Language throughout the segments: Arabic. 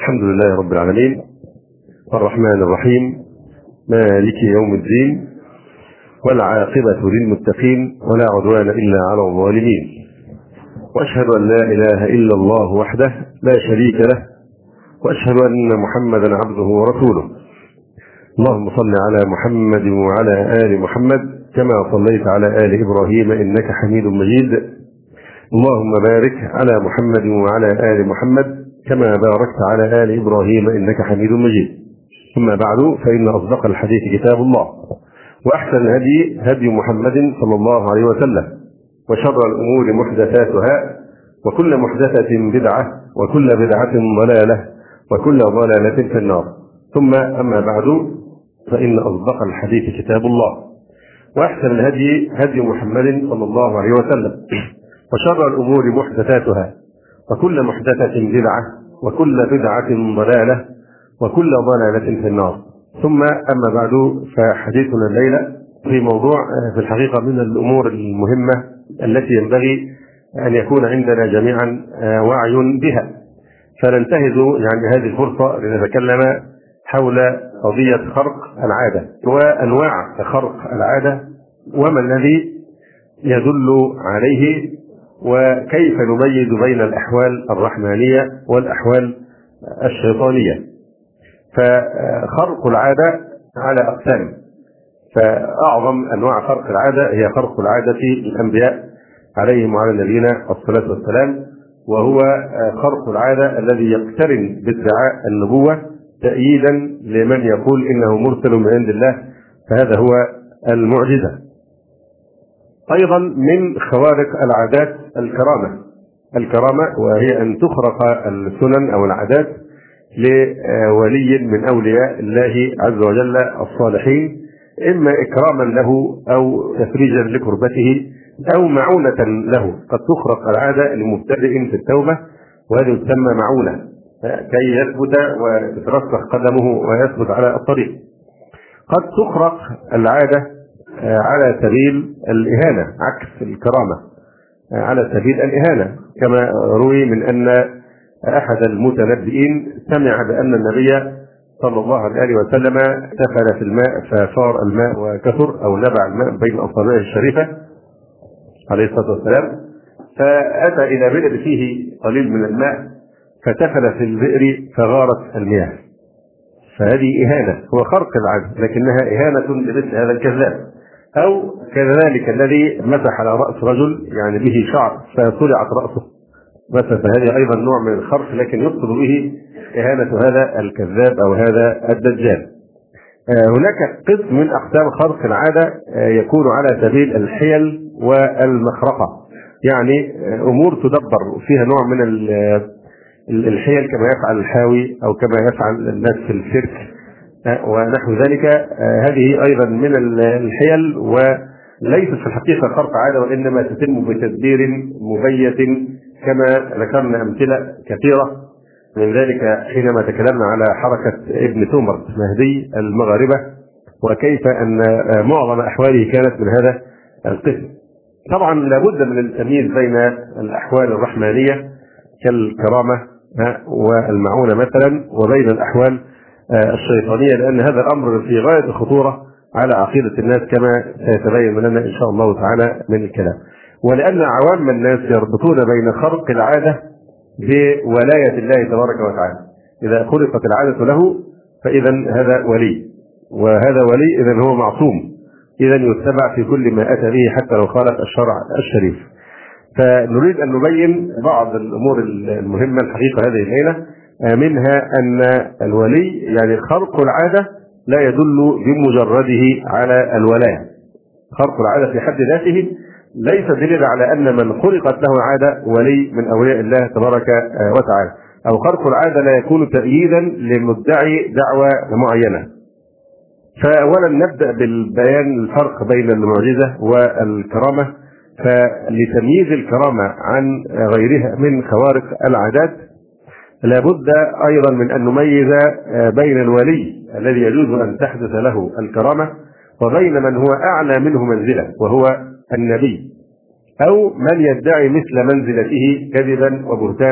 الحمد لله رب العالمين الرحمن الرحيم مالك يوم الدين والعاقبة للمتقين ولا عدوان إلا على الظالمين، وأشهد أن لا إله إلا الله وحده لا شريك له، وأشهد أن محمدا عبده ورسوله. اللهم صل على محمد وعلى آل محمد كما صليت على آل إبراهيم إنك حميد مجيد. اللهم بارك على محمد وعلى آل محمد كما باركت على آل إبراهيم إنك حميد مجيد. ثم بعد، فإن أصدق الحديث كتاب الله، وأحسن الهدي هدي محمد صلى الله عليه وسلم، وشر الأمور محدثاتها، وكل محدثة بدعة، وكل بدعة ضلالة، وكل ضلالة في النار. ثم أما بعد، فإن أصدق الحديث كتاب الله، وأحسن الهدي هدي محمد صلى الله عليه وسلم، وشر الأمور محدثاتها، وكل محدثة بدعة، وكل بدعة ضلالة، وكل ضلالة في النار. ثم أما بعد، فحديثنا الليلة في موضوع في الحقيقة من الأمور المهمة التي ينبغي أن يكون عندنا جميعا وعي بها، فننتهز يعني هذه الفرصة لنتكلم حول قضية خرق العادة وأنواع خرق العادة، وما الذي يدل عليه، وكيف نميز بين الأحوال الرحمانية والأحوال الشيطانية. فخرق العادة على أقسام، فأعظم أنواع خرق العادة هي خرق العادة الأنبياء عليهم وعلى نبينا الصلاة والسلام، وهو خرق العادة الذي يقترن بادعاء النبوة تأييدا لمن يقول إنه مرسل من عند الله، فهذا هو المعجزة. أيضا من خوارق العادات الكرامة، وهي أن تخرق السنن أو العادات لولي من أولياء الله عز وجل الصالحين، إما إكراما له أو تفريجا لكربته أو معونة له. قد تخرق العادة لمبتدئ في التوبة، وهذه تسمى معونة كي يثبت وتترسخ قدمه ويثبت على الطريق. قد تخرق العادة على سبيل الإهانة، عكس الكرامة، على سبيل الإهانة، كما روي من أن أحد المتنبئين سمع بأن النبي صلى الله عليه وسلم تفل في الماء فصار الماء وكثر، أو نبع الماء بين أصابعه الشريفة عليه الصلاة والسلام، فأتى إلى بئر فيه قليل من الماء فتفل في البئر فغارت المياه. فهذه إهانة، هو خرق العادة لكنها إهانة لمثل هذا الكذاب. أو كذلك الذي مسح على رأس رجل يعني به شعر فصلعت رأسه مثلا، فهذه أيضا نوع من الخرق، لكن يقصد به إهانة هذا الكذاب أو هذا الدجال. هناك قسم من أقسام خرق العادة يكون على سبيل الحيل والمخرقة، يعني أمور تدبر فيها نوع من الحيل، كما يفعل الحاوي أو كما يفعل الناس في السيرك ونحو ذلك. هذه أيضا من الحيل، وليست في الحقيقة خرق عادة، وإنما تتم بتدبير مبيت، كما ذكرنا أمثلة كثيرة من ذلك حينما تكلمنا على حركة ابن تومر مهدي المغاربة، وكيف أن معظم أحواله كانت من هذا القسم. طبعا لابد من التمييز بين الأحوال الرحمانية كالكرامة والمعونة مثلا، وبين الأحوال الشيطانية، لأن هذا الأمر في غاية الخطورة على عقيدة الناس كما سيتبين لنا إن شاء الله تعالى من الكلام. ولأن عوام الناس يربطون بين خرق العادة بولاية الله تبارك وتعالى، إذا خلقت العادة له فإذا هذا ولي، وهذا ولي إذا هو معصوم، إذا يتبع في كل ما أتى به حتى لو خالف الشرع الشريف. فنريد أن نبين بعض الأمور المهمة الحقيقة هذه الليلة، منها أن الولي يعني خرق العادة لا يدل بمجرده على الولاية. خرق العادة في حد ذاته ليس دليل على أن من خلقت له عادة ولي من أولياء الله تبارك وتعالى، أو خرق العادة لا يكون تأييدا لمدعي دعوة معينة. فأولا نبدأ بالبيان الفرق بين المعجزة والكرامة. فلتمييز الكرامة عن غيرها من خوارق العادات لابد أيضا من أن نميز بين الولي الذي يجوز أن تحدث له الكرامة وبين من هو أعلى منه منزلة وهو النبي، أو من يدعي مثل منزلته كذبا وبهتانا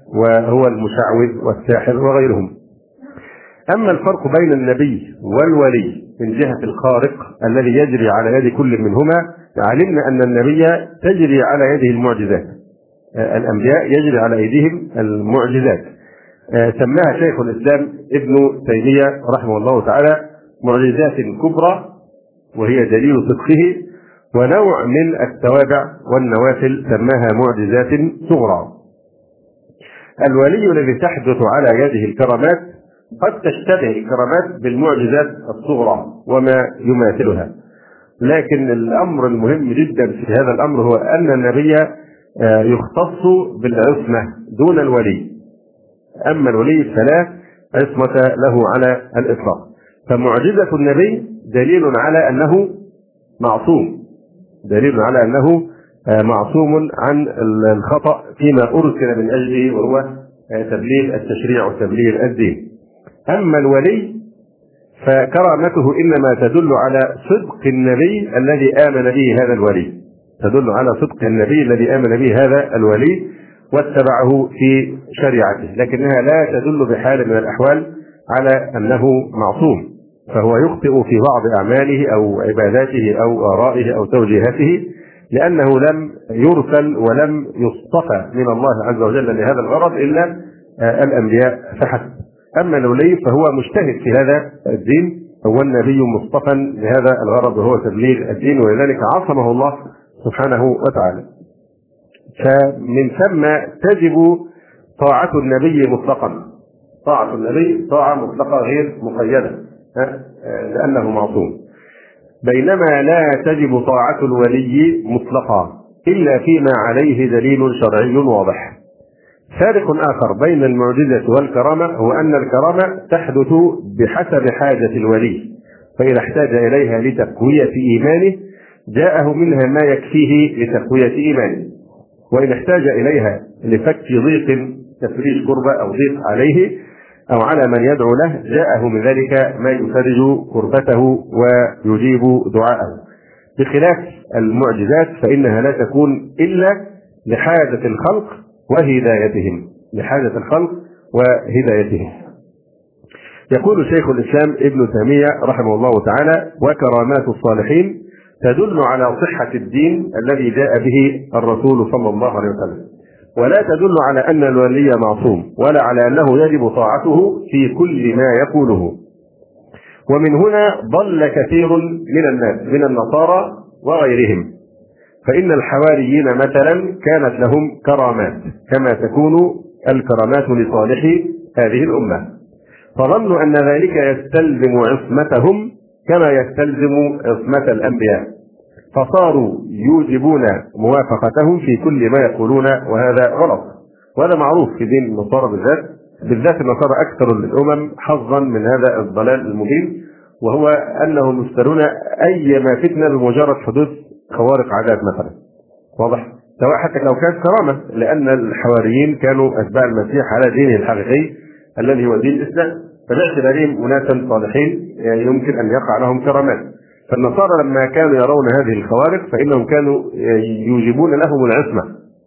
وهو المشعوذ والساحر وغيرهم. أما الفرق بين النبي والولي من جهة الخارق الذي يجري على يد كل منهما، علمنا أن النبي تجري على يده المعجزات، الأنبياء يجري على أيديهم المعجزات. سماها شيخ الإسلام ابن تيمية رحمه الله تعالى معجزات كبرى، وهي دليل صدقه، ونوع من التوابع والنوافل سماها معجزات صغرى. الولي الذي تحدث على يده الكرامات قد تشتبه الكرامات بالمعجزات الصغرى وما يماثلها، لكن الأمر المهم جدا في هذا الأمر هو أن النبي يختص بالعصمة دون الولي، أما الولي فلا عصمة له على الإطلاق. فمعجزة النبي دليل على أنه معصوم، دليل على أنه معصوم عن الخطأ فيما أرسل من أجله، وهو تبليغ التشريع وتبليغ الدين. أما الولي فكرامته إنما تدل على صدق النبي الذي آمن به هذا الولي، تدل على صدق النبي الذي آمن به هذا الولي واتبعه في شريعته، لكنها لا تدل بحال من الأحوال على أنه معصوم، فهو يخطئ في بعض أعماله أو عباداته أو آرائه أو توجيهاته، لأنه لم يرسل ولم يصطفى من الله عز وجل لهذا الغرض إلا الأنبياء فحسب. أما الولي فهو مجتهد في هذا الدين، هو النبي مصطفى لهذا الغرض وهو تبليغ الدين، ولذلك عصمه الله سبحانه وتعالى. فمن ثم تجب طاعة النبي مطلقا، طاعة النبي طاعة مطلقة غير مقيدة لأنه معصوم، بينما لا تجب طاعة الولي مطلقا إلا فيما عليه دليل شرعي واضح. فارق آخر بين المعجزة والكرامة هو أن الكرامة تحدث بحسب حاجة الولي، فإذا احتاج إليها لتقوية إيمانه جاءه منها ما يكفيه لتقوية إيمانه، وإن احتاج إليها لفك ضيق تفريج كربة أو ضيق عليه أو على من يدعو له جاءه من ذلك ما يفرج كربته ويجيب دعاءه، بخلاف المعجزات فإنها لا تكون إلا لحاجة الخلق وهدايتهم، لحاجة الخلق وهدايتهم. يقول شيخ الإسلام ابن تيمية رحمه الله تعالى: وكرامات الصالحين تدل على صحة الدين الذي جاء به الرسول صلى الله عليه وسلم، ولا تدل على أن الولي معصوم، ولا على أنه يجب طاعته في كل ما يقوله. ومن هنا ضل كثير من الناس من النصارى وغيرهم، فإن الحواريين مثلا كانت لهم كرامات كما تكون الكرامات لصالح هذه الأمة، فظنوا أن ذلك يستلزم عصمتهم كما يستلزم عصمة الأنبياء، فصاروا يوجبون موافقتهم في كل ما يقولون، وهذا غلط، وهذا معروف في دين النصارى بالذات النصارى أكثر الأمم حظا من هذا الضلال المبين، وهو أنهم يفترون أيما فتنة بمجرد حدوث خوارق عادات مثلا، واضح، سواء حتى لو كانت كرامة، لأن الحواريين كانوا أتباع المسيح على دينه الحقيقي الذي هو دين الإسلام، فباعتبارهم أناسا صالحين يمكن أن يقع لهم كرامات. فالنصارى لما كانوا يرون هذه الخوارق فإنهم كانوا يوجبون لهم العصمة،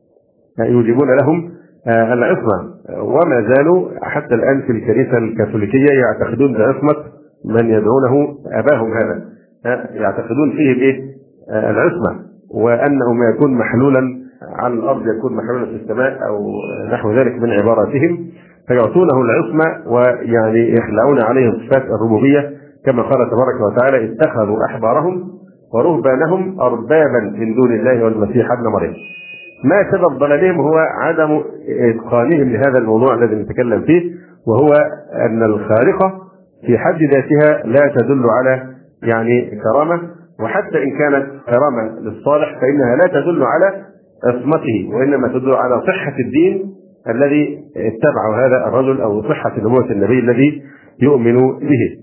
يوجبون لهم العصمة، وما زالوا حتى الآن في الكنيسة الكاثوليكية يعتقدون بعصمة من يدعونه أباهم، هذا يعتقدون فيه بإيه؟ العصمة، وأنه ما يكون محلولا على الأرض يكون محلولا في السماء أو نحو ذلك من عباراتهم، فيعطونه العصمة ويعني يخلعون عليهم صفات الربوبية، كما قال تبارك وتعالى: اتخذوا أحبارهم ورهبانهم أربابا من دون الله والمسيح ابن مريم. ما سبب ضلالهم هو عدم إتقانهم لهذا الموضوع الذي نتكلم فيه، وهو أن الخارقة في حد ذاتها لا تدل على يعني كرامة، وحتى إن كانت كرامة للصالح فإنها لا تدل على عصمته، وإنما تدل على صحة الدين الذي اتبعه هذا الرجل أو صحة نبوة النبي الذي يؤمن به.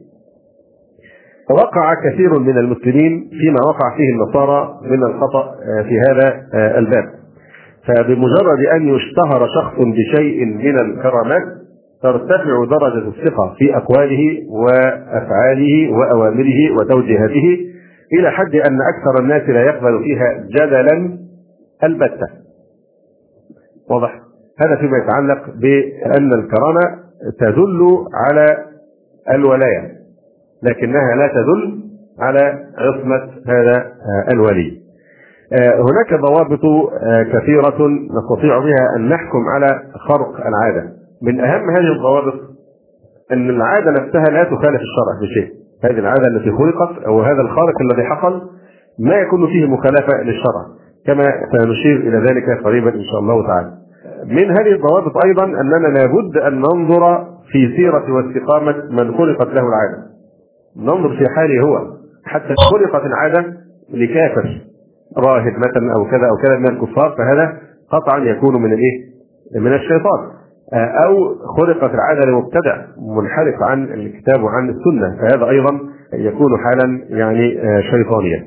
وقع كثير من المسلمين فيما وقع فيه النصارى من الخطأ في هذا الباب، فبمجرد أن يشتهر شخص بشيء من الكرامات ترتفع درجة الثقة في أقواله وأفعاله وأوامره وتوجيهاته إلى حد أن أكثر الناس لا يقبل فيها جدلا البتة، واضح، هذا فيما يتعلق بأن الكرامة تدل على الولاية، لكنها لا تدل على عصمة هذا الولي. هناك ضوابط كثيرة نستطيع بها أن نحكم على خرق العادة. من أهم هذه الضوابط أن العادة نفسها لا تخالف الشرع بشيء. هذه العادة التي خلقت أو هذا الخارق الذي حصل ما يكون فيه مخالفة للشرع، كما سنشير إلى ذلك قريبا إن شاء الله تعالى. من هذه الضوابط أيضا أننا لابد أن ننظر في سيرة واستقامة من خلقت له العادة، ننظر في حاله هو. حتى خلقت العادة لكافر راهب مثلا أو كذا أو كذا من الكفار، فهذا قطعا يكون من من الشيطان. أو خلقت العادة لمبتدع منحرف عن الكتاب وعن السنة، فهذا أيضا يكون حالا يعني شيطانيا.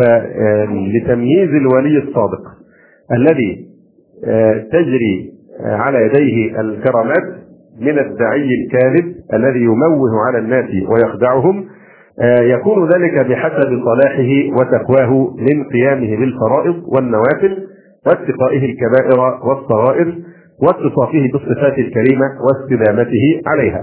فلتمييز الولي الصادق الذي تجري على يديه الكرامات من الداعي الكاذب الذي يموه على الناس ويخدعهم، يكون ذلك بحسب صلاحه وتقواه من قيامه بالفرائض والنوافل واتقائه الكبائر والصغائر واتصافه بالصفات الكريمة واستدامته عليها.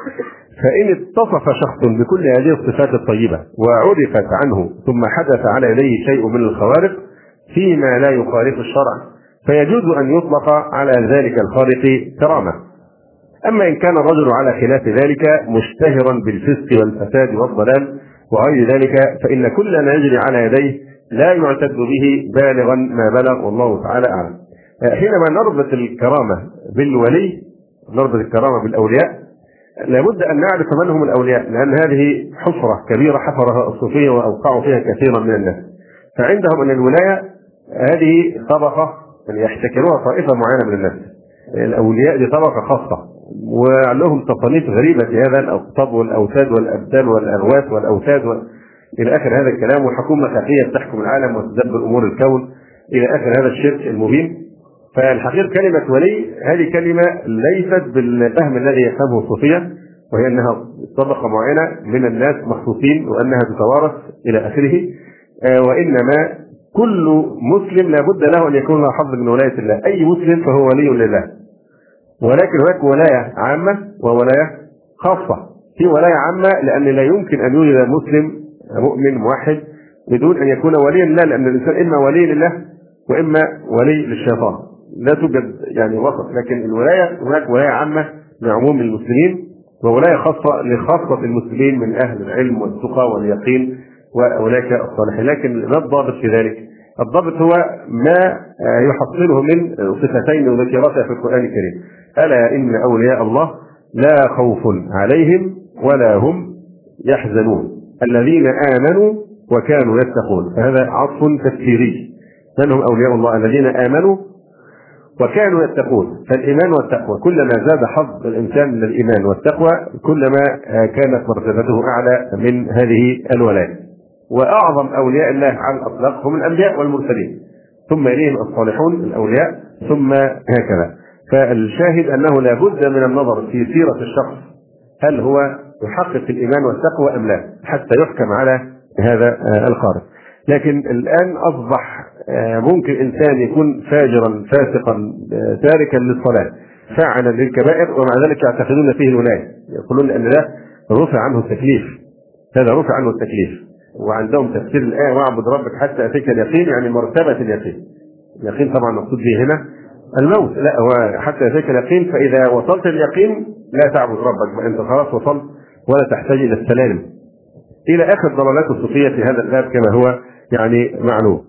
فإن اتصف شخص بكل هذه الصفات الطيبة وعرفت عنه ثم حدث على يديه شيء من الخوارق فيما لا يخالف الشرع، فيجوز أن يطلق على ذلك الخارق كرامة. أما إن كان الرجل على خلاف ذلك مشتهرا بالفسق والفساد والضلال وغير ذلك، فإن كل ما يجري على يديه لا يعتد به بالغا ما بلغ، والله تعالى أعلم. حينما نربط الكرامة بالولي، نربط الكرامة بالأولياء، لابد أن نعرف من هم الأولياء، لأن هذه حفرة كبيرة حفرها الصوفية وأوقعوا فيها كثيرا من الناس. فعندهم أن الولاية هذه طبقة يحتكروها طائفة معينة من الناس. الأولياء دي طبقة خاصة ولهم تصانيف غريبة في هذا، الأقطاب والأوتاد والأبدال والأغواث والأوتاد إلى آخر هذا الكلام، وحكومة خفية تحكم العالم وتدبر أمور الكون إلى آخر هذا الشرك المبين. فالحقيقة كلمة ولي هذه كلمة ليست بالفهم الذي يفهمه الصوفية، وهي أنها طبقة معينة من الناس مخصوصين وأنها تتوارث إلى آخره، وإنما كل مسلم لابد له أن يكون له حظ من ولاية الله. أي مسلم فهو ولي لله، ولكن هناك ولاية عامة وولاية خاصة. في ولاية عامة لأن لا يمكن أن يوجد مسلم مؤمن موحد بدون أن يكون وليا لله، لأن الإنسان إما ولي لله وإما ولي للشيطان، لا توجد يعني وسط. لكن الولاية هناك ولاية عامة لعموم المسلمين، وولاية خاصة لخاصة المسلمين من أهل العلم والتقى واليقين وأولئك الصالحين. لكن ما الضابط في ذلك؟ الضابط هو ما يحصله من صفتين وذكرتها في القرآن الكريم: ألا إن أولياء الله لا خوف عليهم ولا هم يحزنون الذين آمنوا وكانوا يتقون. فهذا عطف تفسيري. من هم أولياء الله؟ الذين آمنوا وكانوا يتقون. فالإيمان والتقوى كلما زاد حظ الإنسان من الإيمان والتقوى كلما كانت مرتبته أعلى من هذه الولاية. وأعظم أولياء الله على الأطلاق هم الأنبياء والمرسلين، ثم إليهم الصالحون الأولياء، ثم هكذا. فالشاهد أنه لا بد من النظر في سيرة الشخص، هل هو يحقق الإيمان والتقوى أم لا، حتى يحكم على هذا الخارج. لكن الآن أصبح ممكن إنسان يكون فاجرا فاسقا تاركا للصلاة فاعلا للكبائر ومع ذلك يعتقدون فيه الولاية، يقولون أن ده رفع عنه التكليف، هذا رفع عنه التكليف. وعندهم تفسير الآية: واعبد ربك حتى أتيك اليقين، يعني مرتبة اليقين. اليقين طبعا مقصود به هنا الموت، لا هو حتى أتيك اليقين، فإذا وصلت اليقين لا تعبد ربك، أنت خلاص وصلت ولا تحتاج إلى السلالم، إلى آخر ضلالات الصوفية في هذا الباب كما هو يعني معلوم.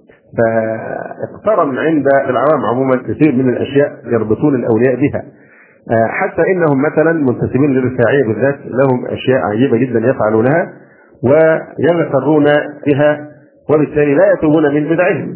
فاقترن عند العوام عموما كثير من الأشياء يربطون الأولياء بها، حتى إنهم مثلا منتسبين للرفاعية بالذات لهم أشياء عجيبة جدا يفعلونها ويغترون بها، وبالتالي لا يتوبون من بدعهم،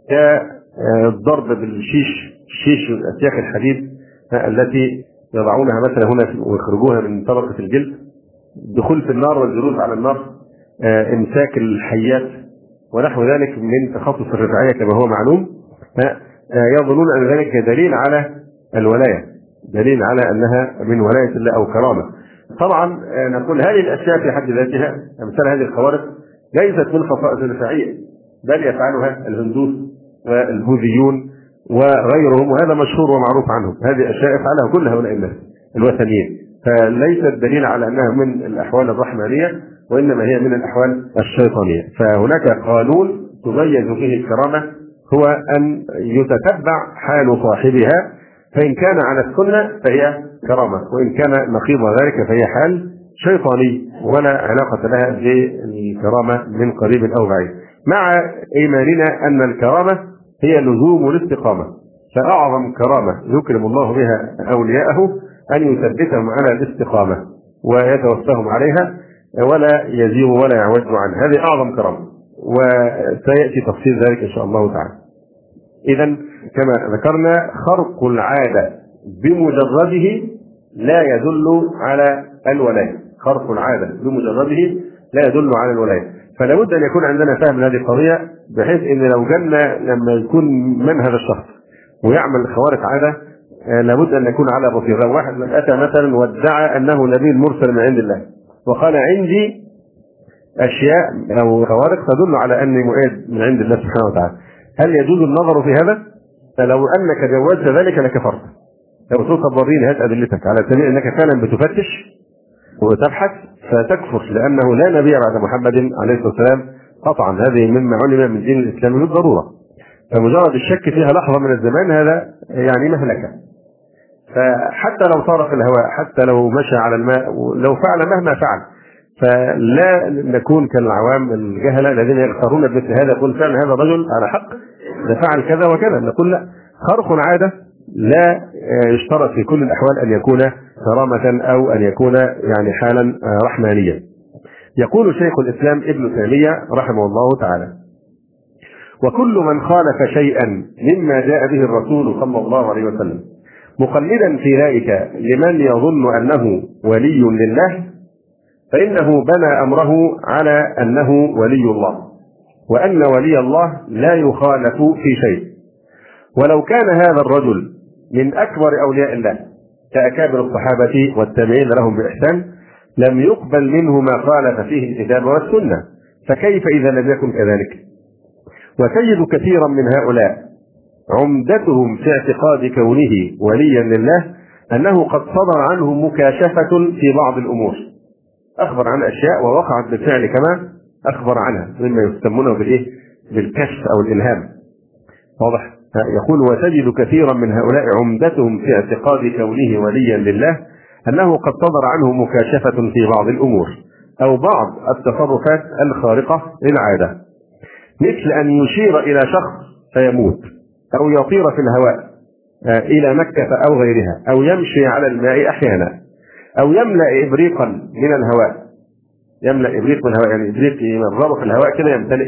كالضرب بالشيش، الشيش والأسياخ الحديد التي يضعونها مثلا هنا ويخرجوها من طبقة الجلد، الدخول في النار والجلوس على النار، امساك الحيات ونحو ذلك من تخصص الرفاعية كما هو معلوم. يظنون أن ذلك دليل على الولاية، دليل على أنها من ولاية الله أو كرامة. طبعا نقول هذه الأشياء في حد ذاتها أمثال هذه الخوارق ليست من خصائص الرفاعية، بل يفعلها الهندوس والبوذيون وغيرهم، وهذا مشهور ومعروف عنهم. هذه أشياء يفعلها كل هؤلاء الناس الوثنيين، فليست دليل على أنها من الأحوال الرحمانية، وإنما هي من الأحوال الشيطانية. فهناك قانون تميز فيه الكرامة، هو أن يتتبع حال صاحبها، فإن كان على السنة فهي كرامة، وإن كان نقيض ذلك فهي حال شيطاني ولا علاقة لها بالكرامة من قريب أو بعيد، مع إيماننا أن الكرامة هي لزوم الاستقامة. فأعظم كرامة يكرم الله بها أولياءه أن يثبتهم على الاستقامة ويتوفاهم عليها ولا يزيغ ولا يعوج عنها، هذه أعظم كرامة، وسيأتي تفصيل ذلك إن شاء الله تعالى. إذا كما ذكرنا، خرق العادة بمجرده لا يدل على الولاية. خرق العادة بمجرده لا يدل على الولاية. فلا بد أن يكون عندنا فهم هذه القضية، بحيث أن لو جالنا لما يكون من هذا الشخص ويعمل خوارق عادة لابد أن نكون على بصيرة. واحد من أتى مثلا وادعى أنه نبي مرسل من عند الله وقال عندي أشياء أو خوارق تدل على أني مؤيد من عند الله سبحانه وتعالى، هل يجوز النظر في هذا؟ فلو أنك جوزت ذلك لكفرت. لو تقول وريني هات أدلتك على سبيل أنك فعلا بتفتش وتبحث فتكفر، لأنه لا نبي بعد محمد عليه الصلاة والسلام قطعا. هذه مما علم من دين الإسلام بالضرورة، فمجرد الشك فيها لحظة من الزمان هذا يعني مهلكة. فحتى لو طار في الهواء، حتى لو مشى على الماء، لو فعل مهما فعل، فلا نكون كالعوام الجهلة الذين يختارون بمثل هذا، يقول فعلا هذا الرجل على حق، ده فعل كذا وكذا. نقول لا، خرق عادة لا يشترط في كل الأحوال أن يكون كرامة أو أن يكون يعني حالا رحمانيا. يقول شيخ الإسلام ابن تيمية رحمه الله تعالى: وكل من خالف شيئا مما جاء به الرسول صلى الله عليه وسلم مقلدا في ذلك لمن يظن أنه ولي لله، فإنه بنى أمره على أنه ولي الله، وأن ولي الله لا يخالف في شيء. ولو كان هذا الرجل من أكبر أولياء الله كأكابر الصحابة والتابعين لهم بإحسان لم يقبل منه ما خالف فيه الكتاب والسنة، فكيف إذا لم يكن كذلك؟ وتجد كثيرا من هؤلاء عمدتهم في اعتقاد كونه وليا لله أنه قد صدر عنه مكاشفة في بعض الأمور، أخبر عن أشياء ووقعت بالفعل كما أخبر عنها، مما يسمونه بالكشف أو الإلهام. واضح؟ يقول: وتجد كثيرا من هؤلاء عمدتهم في اعتقاد كونه وليا لله أنه قد صدر عنه مكاشفة في بعض الأمور أو بعض التصرفات الخارقة للعادة، مثل أن يشير إلى شخص فيموت، أو يطير في الهواء إلى مكة أو غيرها، أو يمشي على الماء أحيانا، أو يملأ إبريقا من الهواء. يملأ إبريق من الهواء يعني إبريق يمرره في الهواء كده يمتلئ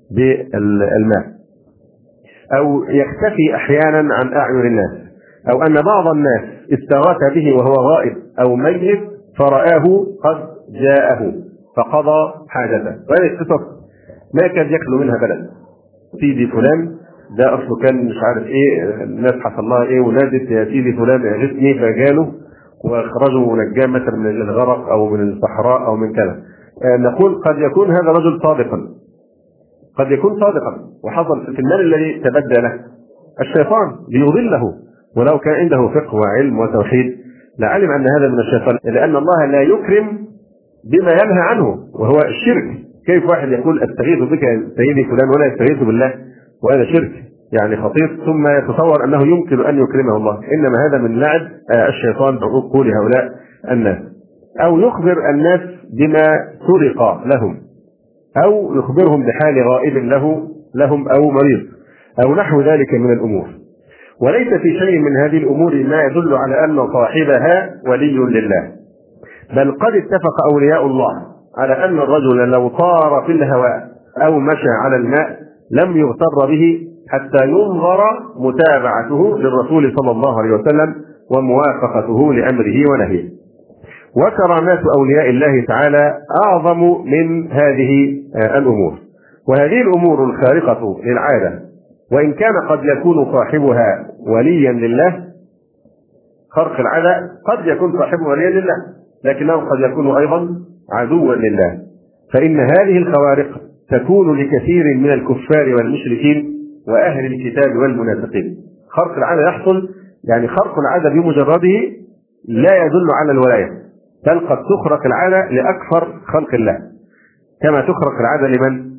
بالماء، أو يختفي أحيانا عن أعين الناس، أو أن بعض الناس استغاث به وهو غائب أو ميت فرآه قد جاءه فقضى حاجته. وهذه القصص ما كان يخلو منها بلد. سيدي فلان ده أصله كان مش عارف إيه، الناس حصل لها إيه ونادت يا سيدي فلان اغثني، فجاله واخرجوا ونجاه مثلا من الغرق أو من الصحراء أو من كذا. نقول قد يكون هذا رجل صادقا، قد يكون صادقا، وحصل في المال الذي تبدى له الشيطان ليضله، ولو كان عنده فقه وعلم وتوحيد لعلم أن هذا من الشيطان، لأن الله لا يكرم بما ينهى عنه وهو الشرك. كيف واحد يقول استغيث بك سيدي فلان ولا يستغيث بالله؟ وهذا شرك يعني خطير، ثم يتصور أنه يمكن أن يكرمه الله، إنما هذا من لعب الشيطان بعقول هؤلاء الناس. أو يخبر الناس بما سرق لهم، أو يخبرهم بحال غائب لهم أو مريض أو نحو ذلك من الأمور. وليس في شيء من هذه الأمور ما يدل على أن صاحبها ولي لله، بل قد اتفق أولياء الله على أن الرجل لو طار في الهواء أو مشى على الماء لم يغتر به حتى ينظر متابعته للرسول صلى الله عليه وسلم وموافقته لأمره ونهيه. وكرامات أولياء الله تعالى أعظم من هذه الأمور. وهذه الأمور الخارقة للعادة وإن كان قد يكون صاحبها وليا لله، خرق العادة قد يكون صاحبه وليا لله، لكنه قد يكون أيضا عدوا لله. فإن هذه الخوارق تكون لكثير من الكفار والمشركين وأهل الكتاب والمنافقين، خرق العادة يحصل، يعني خرق العادة بمجرده لا يدل على الولاية، بل قد تخرق العادة لأكثر خلق الله، كما تخرق العادة لمن؟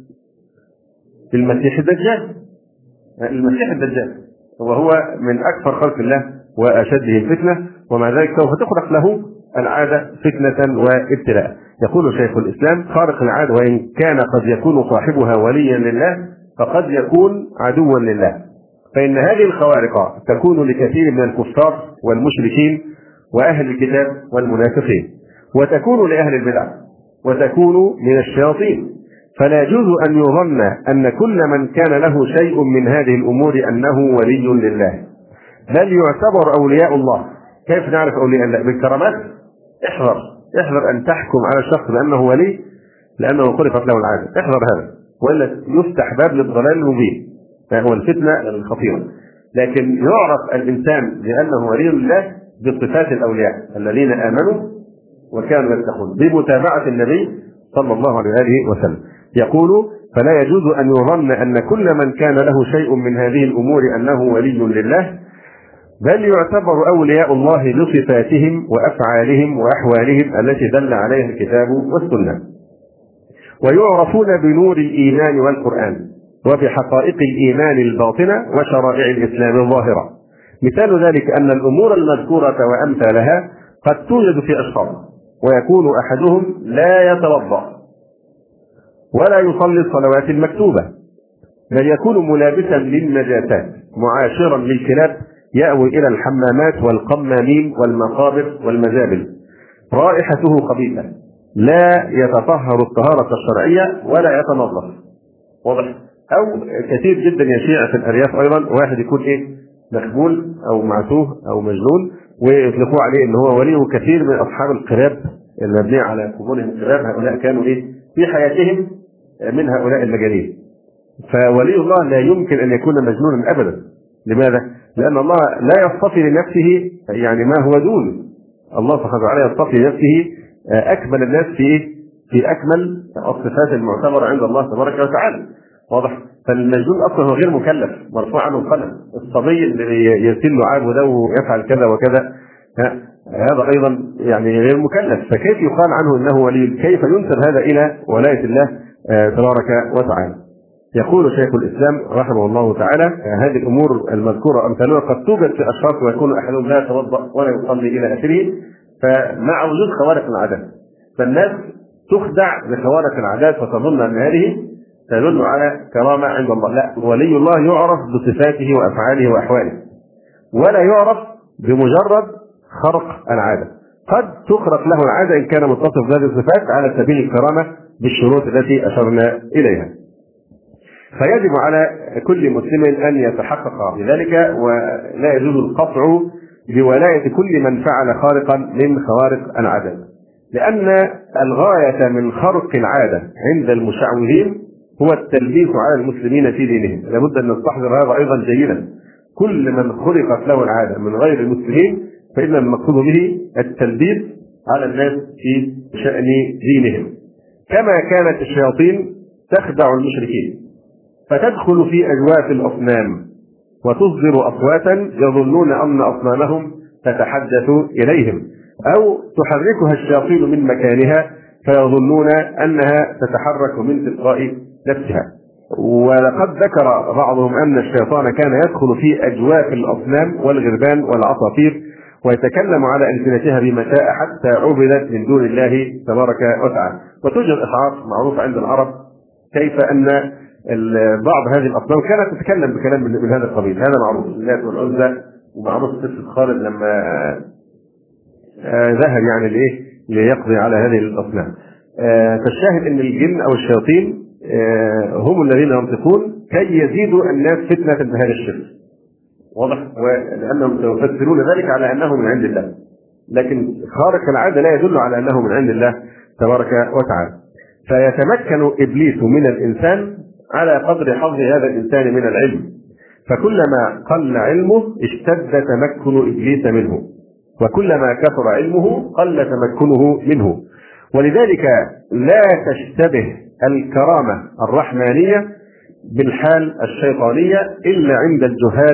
للمسيح الدجال. المسيح الدجال وهو من أكثر خلق الله وأشده فتنة، ومع ذلك سوف تخرق له العادة فتنة وابتلاء. يقول شيخ الإسلام: خارق العادة وإن كان قد يكون صاحبها وليا لله فقد يكون عدوا لله، فإن هذه الخوارق تكون لكثير من الكفار والمشركين وأهل الكتاب والمنافقين، وتكون لأهل البدع، وتكون من الشياطين. فلا يجوز أن يظن أن كل من كان له شيء من هذه الأمور أنه ولي لله، بل يعتبر أولياء الله. كيف نعرف أولياء الله؟ بالكرامات. احذر أن تحكم على الشخص بأنه ولي لأنه خلقت له العادة، احذر هذا، وإلا يفتح باب للضلال المبين، فهو الفتنة الخطيرة. لكن يعرف الإنسان بأنه ولي الله بصفات الأولياء الذين آمنوا وكانوا يتقون بمتابعة النبي صلى الله عليه وسلم. يقول: فلا يجوز أن يظن أن كل من كان له شيء من هذه الأمور أنه ولي لله، بل يعتبر أولياء الله بصفاتهم وأفعالهم وأحوالهم التي دل عليها الكتاب والسنة، ويعرفون بنور الإيمان والقرآن وبحقائق الإيمان الباطنة وشرائع الإسلام الظاهرة. مثال ذلك أن الأمور المذكورة وأمثالها قد توجد في أشخاص، ويكون أحدهم لا يتوضأ ولا يصلي الصلوات المكتوبة، بل يكون ملابسا للنجاسات معاشرا للكلاب يأوي إلى الحمامات والقمامين والمقابر والمزابل، رائحته خبيثة، لا يتطهر الطهارة الشرعية ولا يتنظف. واضح؟ أو كثير جدا يشيع في الأرياف أيضا واحد يكون مخبول أو معتوه أو مجنون ويطلقوا عليه إن هو ولي. وكثير من أصحاب القراب المبنية على قبورهم القراب هؤلاء كانوا في حياتهم من هؤلاء المجانين. فولي الله لا يمكن أن يكون مجنونا أبدا. لماذا؟ لأن الله لا يصطفي لنفسه يعني ما هو دون الله سبحانه وتعالى، يصطفي لنفسه أكمل الناس في أكمل الصفات المعتبرة عند الله تبارك وتعالى. واضح؟ فالمجنون أصلا هو غير مكلف، مرفوع عنه القلم. الصبي اللي يسل لعابه ده ويفعل كذا وكذا هذا أيضا يعني غير مكلف، فكيف يقال عنه إنه ولي؟ كيف ينسب هذا إلى ولاية الله تبارك وتعالى؟ يقول شيخ الإسلام رحمه الله تعالى: هذه الأمور المذكورة أمثالها قد توجد في أشخاص ويكون أحدهم لا يتوضأ ولا يصلي إلى آخره، فمع وجود خوارق العادات فالناس تخدع بخوارق العادات وتظن أن هذه تدل على كرامة عند الله. لا، ولي الله يعرف بصفاته وأفعاله وأحواله، ولا يعرف بمجرد خرق العادة. قد تخرق له العادة إن كان متصف بهذه الصفات على سبيل الكرامة بالشروط التي أشرنا إليها. فيجب على كل مسلم أن يتحقق بذلك، ولا يجوز القطع بولاية كل من فعل خارقا من خوارق العادة، لأن الغاية من خرق العادة عند المشعوذين هو التلبيس على المسلمين في دينهم. لابد أن نستحضر هذا أيضا جيدا. كل من خلقت له العادة من غير المسلمين فإن المقصود به التلبيس على الناس في شأن دينهم، كما كانت الشياطين تخدع المشركين فتدخل في أجواف الأصنام وتصدر أصواتا يظنون أن أصنامهم تتحدث إليهم، أو تحركها الشياطين من مكانها فيظنون أنها تتحرك من تلقاء نفسها. ولقد ذكر بعضهم أن الشيطان كان يدخل في أجواف الأصنام والغربان والعصافير ويتكلم على ألسنتها بما شاء حتى عبدت من دون الله تبارك وتعالى. وتوجد إشعار معروف عند العرب كيف أن بعض هذه الأصنام كانت تتكلم بكلام من هذا القبيل. هذا معروف، اللات والعزى، ومعروف قصة خالد لما ذهب يعني ليقضي على هذه الأصنام. فالشاهد أن الجن أو الشياطين هم الذين ينطقون كي يزيدوا الناس فتنة بهذا الشرك. واضح؟ ولأنهم يفسرون ذلك على أنه من عند الله، لكن خارق العادة لا يدل على أنه من عند الله تبارك وتعالى. فيتمكن إبليس من الإنسان على قدر حظ هذا الإنسان من العلم، فكلما قل علمه اشتد تمكن إبليس منه، وكلما كثر علمه قل تمكنه منه. ولذلك لا تشتبه الكرامة الرحمانية بالحال الشيطانية إلا عند الجهال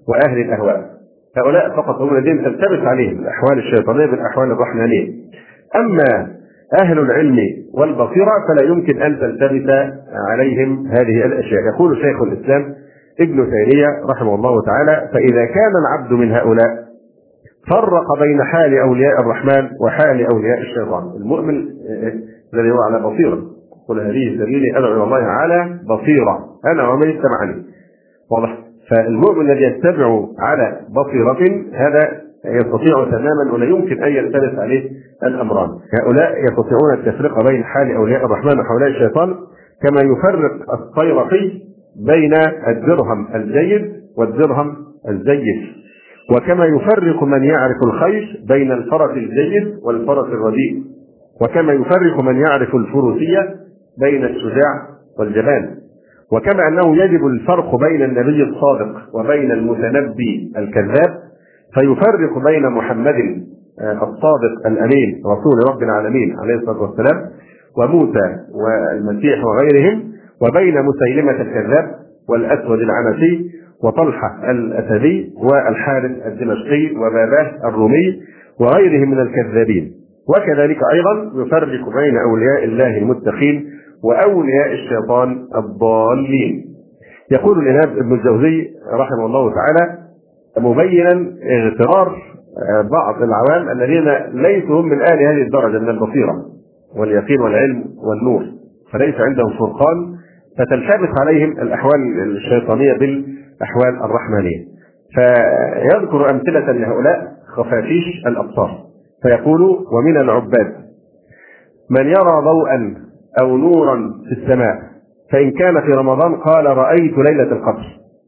وأهل الأهواء. هؤلاء فقط هم الذين تلتبس عليهم الأحوال الشيطانية بالأحوال الرحمانية. أما أهل العلم والبصيرة فلا يمكن أن تلتبس عليهم هذه الأشياء. يقول شيخ الإسلام ابن تيمية رحمه الله تعالى: فإذا كان العبد من هؤلاء فرق بين حال أولياء الرحمن وحال أولياء الشيطان. المؤمن الذي هو على بصيرة، قل هذه سبيلي أدعو إلى الله على بصيرة أنا ومن اتبعني. واضح؟ فالمؤمن الذي يتبع على بصيرة هذا يستطيع تماما ولا يمكن أن يلتبس عليه الأمران. هؤلاء يستطيعون التفرقة بين حال أولياء الرحمن وحول الشيطان كما يفرق الصيرفي بين الدرهم الجيد والدرهم الزيف، وكما يفرق من يعرف الخيل بين الفرس الجيد والفرس الرديء، وكما يفرق من يعرف الفروسية بين الشجاع والجبان، وكما أنه يجب الفرق بين النبي الصادق وبين المتنبي الكذاب، فيفرق بين محمد الصادق الأمين رسول رب العالمين عليه الصلاة والسلام وموسى والمسيح وغيرهم، وبين مسيلمة الكذاب والأسود العنسي وطلحة الأسدي والحارث الدمشقي وباباه الرومي وغيرهم من الكذابين. وكذلك أيضا يفرق بين أولياء الله المتقين وأولياء الشيطان الضالين. يقول الإمام ابن الجوزي رحمه الله تعالى مبينا اغترار بعض العوام الذين ليسوا هم من أهل هذه الدرجة من البصيرة واليقين والعلم والنور، فليس عندهم فرقان، فتلتبس عليهم الأحوال الشيطانية بالأحوال الرحمانية. فيذكر أمثلة لهؤلاء خفافيش الأبصار، فيقول: ومن العباد من يرى ضوءا أو نورا في السماء فإن كان في رمضان قال رأيت ليلة القدر.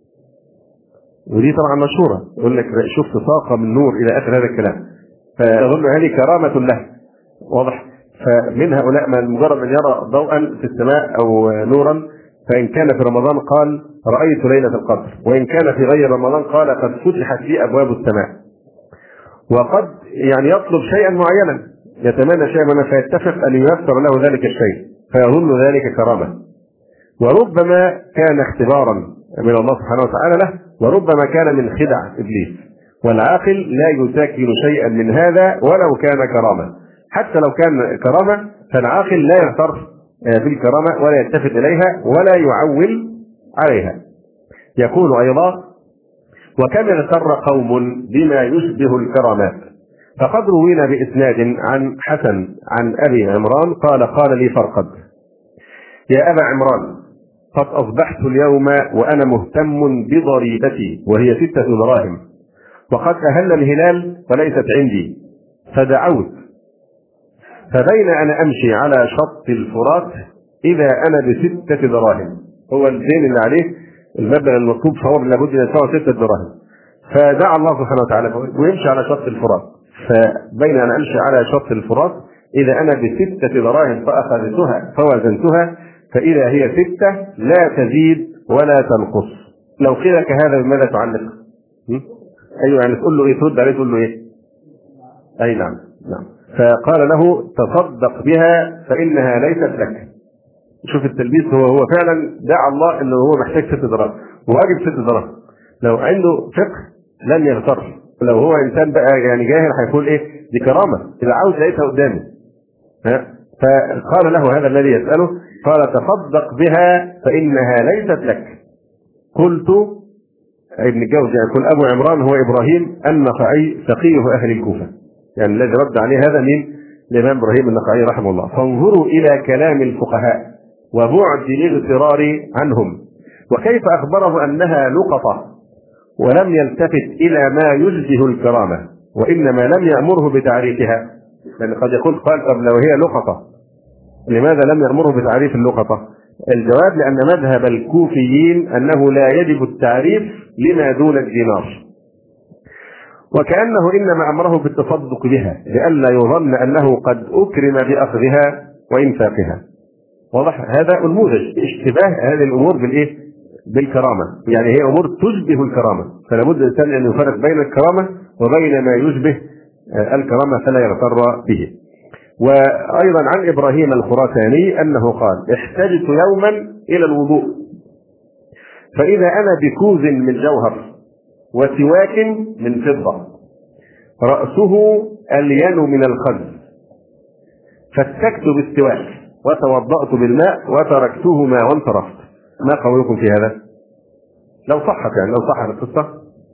ودي طبعا مشهورة، يقول لك شفت طاقة من نور إلى آخر هذا الكلام، فيظن هذه كرامة له. واضح؟ فمن هؤلاء من مجرد أن يرى ضوءا في السماء أو نورا فإن كان في رمضان قال رأيت ليلة القدر، وإن كان في غير رمضان قال قد فتحت لي أبواب السماء. وقد يعني يطلب شيئا معينا، يتمنى شيئا ما فيتفق أن ييسر له ذلك الشيء فيظن ذلك كرامة، وربما كان اختبارا من الله سبحانه وتعالى له، وربما كان من خدع إبليس. والعاقل لا يساكن شيئا من هذا ولو كان كرامة، حتى لو كان كرامة فالعاقل لا يغتر بالكرامة ولا يلتفت إليها ولا يعول عليها. يقول أيضا: وكم اغتر قوم بما يشبه الكرامات، فقد روينا بإسناد عن حسن عن أبي عمران قال لي فرقد: يا أبا عمران قد أصبحت اليوم وأنا مهتم بضريبتي وهي 6 دراهم، وقد أهل الهلال وليست عندي، فدعوت، فبين أنا أمشي على شط الفرات إذا أنا ب6 دراهم. هو الدين اللي عليه المبلغ المطلوب فهو لابد أن يدفع 6 دراهم، فدعا الله سبحانه وتعالى ويمشي على شط الفرات، فبين أنا أمشي على شط الفرات إذا أنا ب6 دراهم فأخذتها فوزنتها فإذا هي 6 لا تزيد ولا تنقص. لو قيل لك هذا بماذا تعلق؟ أيوة، يعني تقول له إيه؟ ترد عليه تقول له إيه؟ أي نعم. فقال له: تصدق بها فإنها ليست لك. شوف التلبيس، هو فعلا دعا الله انه هو محتاج 6 دراهم وواجب 6 دراهم. لو عنده فقه لن يغتر، لو هو انسان بقى يعني جاهل هيقول ايه دي كرامه اذا عاوز لقيتها قدامي. فقال له هذا الذي يسأله، قال: تصدق بها فإنها ليست لك. قلت ابن الجوزي يقول أبو عمران هو إبراهيم النخعي فقيه أهل الكوفة، يعني الذي رد عليه هذا من الإمام إبراهيم النخعي رحمه الله. فانظروا إلى كلام الفقهاء وبعد الاغترار عنهم، وكيف أخبره أنها لقطة ولم يلتفت إلى ما يشبه الكرامة، وإنما لم يأمره بتعريفها. لأن قد يقول قال: طب لو هي لقطة لماذا لم يأمره بتعريف اللقطة؟ الجواب: لأن مذهب الكوفيين أنه لا يجب التعريف لما دون الدينار، وكأنه إنما أمره بالتصدق بها لئلا يظن أنه قد أكرم بأخذها وإنفاقها. واضح؟ هذا نموذج اشتباه هذه الأمور بالإيه؟ بالكرامة، يعني هي أمور تشبه الكرامة، فلا بد الإنسان أن يفرق بين الكرامة وبين ما يشبه الكرامة فلا يغتر به. وأيضا عن إبراهيم الخراساني أنه قال: احتجت يوما إلى الوضوء، فإذا أنا بكوز من جوهر وسواك من فضة رأسه ألين من الخز، فاتكت بالسواك وتوضأت بالماء وتركتهما وانصرفت. ما قولكم في هذا؟ لو صحت لو صحت القصة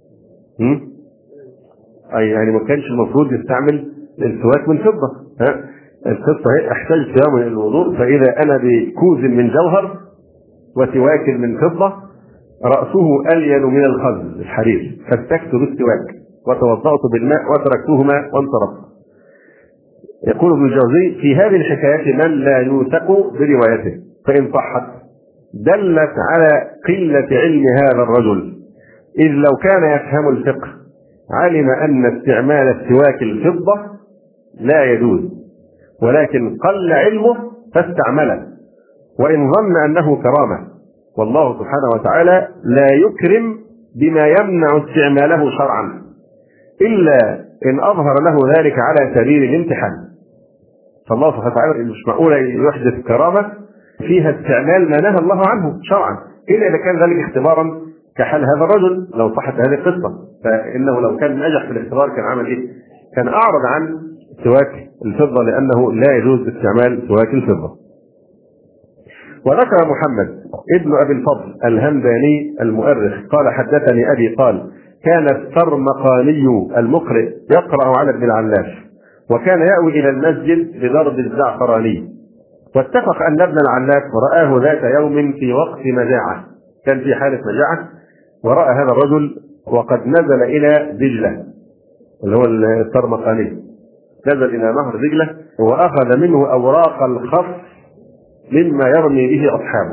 يعني ما كانش المفروض يستعمل السواك من فضة. القصة هي احتاج صيام للوضوء، فإذا أنا بكوز من جوهر وسواك من فضة رأسه ألين من الخز الحرير، فاتكت بالسواك وتوضأت بالماء وتركتهما وانصرفت. يقول ابن الجوزي: في هذه الحكايات من لا يوثق بروايته، فإن صحت دلت على قلة علم هذا الرجل، إذ لو كان يفهم الفقه علم أن استعمال السواك الفضة لا يجوز، ولكن قل علمه فاستعمله، وإن ظن أنه كرامة، والله سبحانه وتعالى لا يكرم بما يمنع استعماله شرعا إلا إن أظهر له ذلك على سبيل الامتحان. فالله سبحانه وتعالى مش معقول يحدث كرامة فيها استعمال ما نهى الله عنه شرعا إلا إذا كان ذلك اختبارا كحال هذا الرجل. لو صحت هذه القصة، فإنه لو كان نجح في الاختبار كان عمل إيه؟ كان أعرض عن سواك الفضة، لأنه لا يجوز استعمال سواك الفضة. وذكر محمد ابن أبي الفضل الهمداني المؤرخ قال: حدثني أبي قال: كان السرمقاني المقرئ يقرأ على ابن العلاف، وكان يأوي إلى المسجد بدرب الزعفراني، واتفق أن ابن العلاف رآه ذات يوم في وقت مجاعة، كان في حالة مجاعة، ورأى هذا الرجل وقد نزل إلى دجلة اللي هو السرمقاني، نزل إلى نهر دجلة وأخذ منه أوراق الخص مما يرمي به أصحابه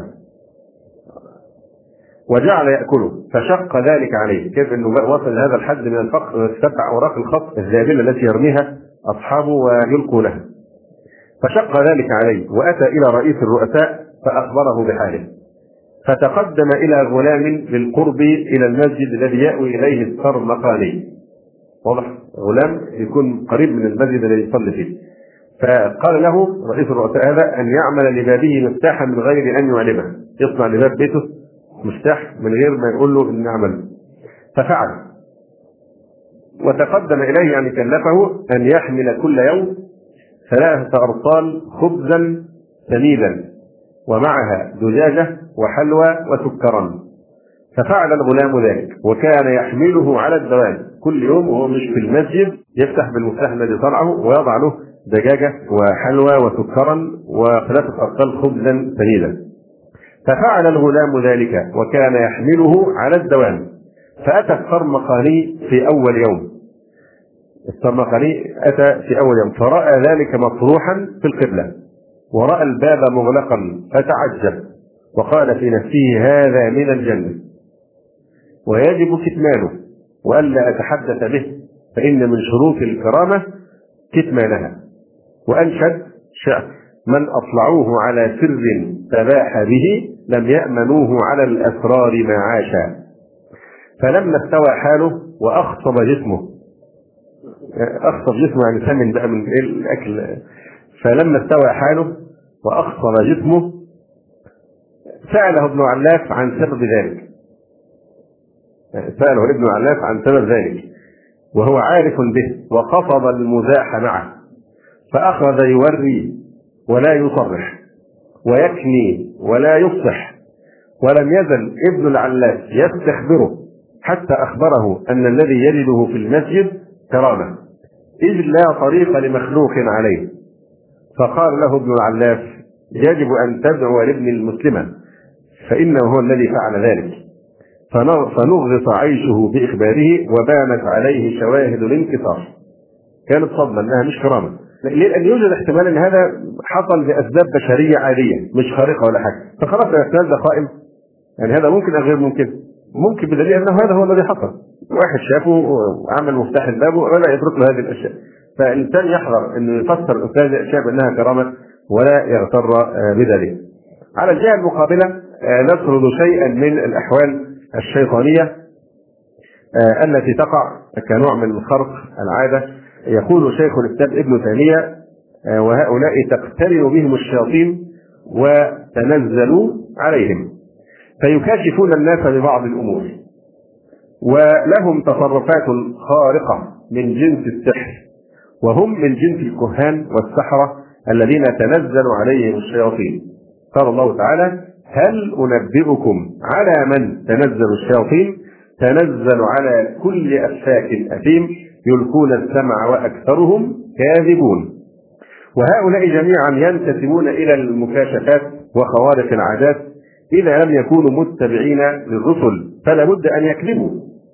وجعل يأكله، فشق ذلك عليه. كيف أنه وصل لهذا الحد من الفقر ويتبع أوراق الخص الذابلة التي يرميها أصحابه ويلقوا لها، فشق ذلك عليه، وأتى إلى رئيس الرؤساء فأخبره بحاله، فتقدم إلى غلام بالقرب إلى المسجد الذي يأوي إليه السرمقاني. واضح؟ غلام يكون قريب من المسجد الذي يصلي فيه. فقال له رئيس الرؤساء هذا أن يعمل لبابه مفتاحا من غير أن يعلمه، يصنع لباب بيته مفتاح من غير ما يقول له أن يعمل. ففعل، وتقدم إليه يعني كلفه أن يحمل كل يوم 3 أرطال خبزا سميدا ومعها دجاجة وحلوى وسكرا. ففعل الغلام ذلك، وكان يحمله على الدوام كل يوم وهو مش في المسجد، يفتح بالمفتاح الذي صنعه ويضع له دجاجة وحلوى وسكرا و3 أرطال خبزا سميدا. ففعل الغلام ذلك وكان يحمله على الدوام. فأتى السرمقاني في أول يوم، السرمقاني أتى في أول يوم فرأى ذلك مطروحا في القبلة، ورأى الباب مغلقا فتعجب، وقال في نفسه: هذا من الجنة ويجب كتمانه وألا أتحدث به، فإن من شروط الكرامة كتمانها. وأنشد شعر: من أطلعوه على سر تباح به لم يأمنوه على الأسرار ما عاشا. فلما استوى حاله وأخصب جسمه، أخصب جسمه يعني ثمن بقى من الأكل، فلما استوى حاله وأخصب جسمه سأله ابن علاف عن سبب ذلك، سأله ابن علاف عن سبب ذلك وهو عارف به، وقصد المزاح معه، فأخذ يوري ولا يصرح ويكني ولا يفصح، ولم يزل ابن العلاف يستخبره حتى أخبره أن الذي يجده في المسجد كرامة، إذ لا طريق لمخلوق عليه. فقال له ابن العلاف: يجب أن تدعو لابن المسلمة فإنه هو الذي فعل ذلك. فنغص عيشه بإخباره وبانت عليه شواهد الانكسار. كانت صدمة أنها مش كرامة، لأن يوجد احتمال أن هذا حصل بأسباب بشرية عادية مش خارقة ولا حاجة، فخلاص الاحتمال ده قائم، يعني هذا ممكن أو غير ممكن، ممكن بدليل أنه هذا هو الذي حصل، واحد شافه وعمل مفتاح الباب ولا يترك له هذه الأشياء. فالإنسان يحذر أنه يفسر هذه الأشياء بأنها كرامة ولا يغتر بذلك. على الجهة المقابلة نسرد شيئا من الأحوال الشيطانية التي تقع كنوع من خرق العادة. يقول شيخ الإسلام ابن تيمية: وهؤلاء تقترن بهم الشياطين وتنزلوا عليهم فيكاشفون الناس ببعض الأمور، ولهم تصرفات خارقة من جنس السحر، وهم من جنس الكهان والسحرة الذين تنزل عليهم الشياطين. قال الله تعالى: هل أنبئكم على من تنزل الشياطين؟ تنزل على كل أفاك أثيم يلقون السمع وأكثرهم كاذبون. وهؤلاء جميعا ينتسبون إلى المكاشفات وخوارق العادات إذا لم يكونوا متبعين للرسل، فلا بد أن يكذبوا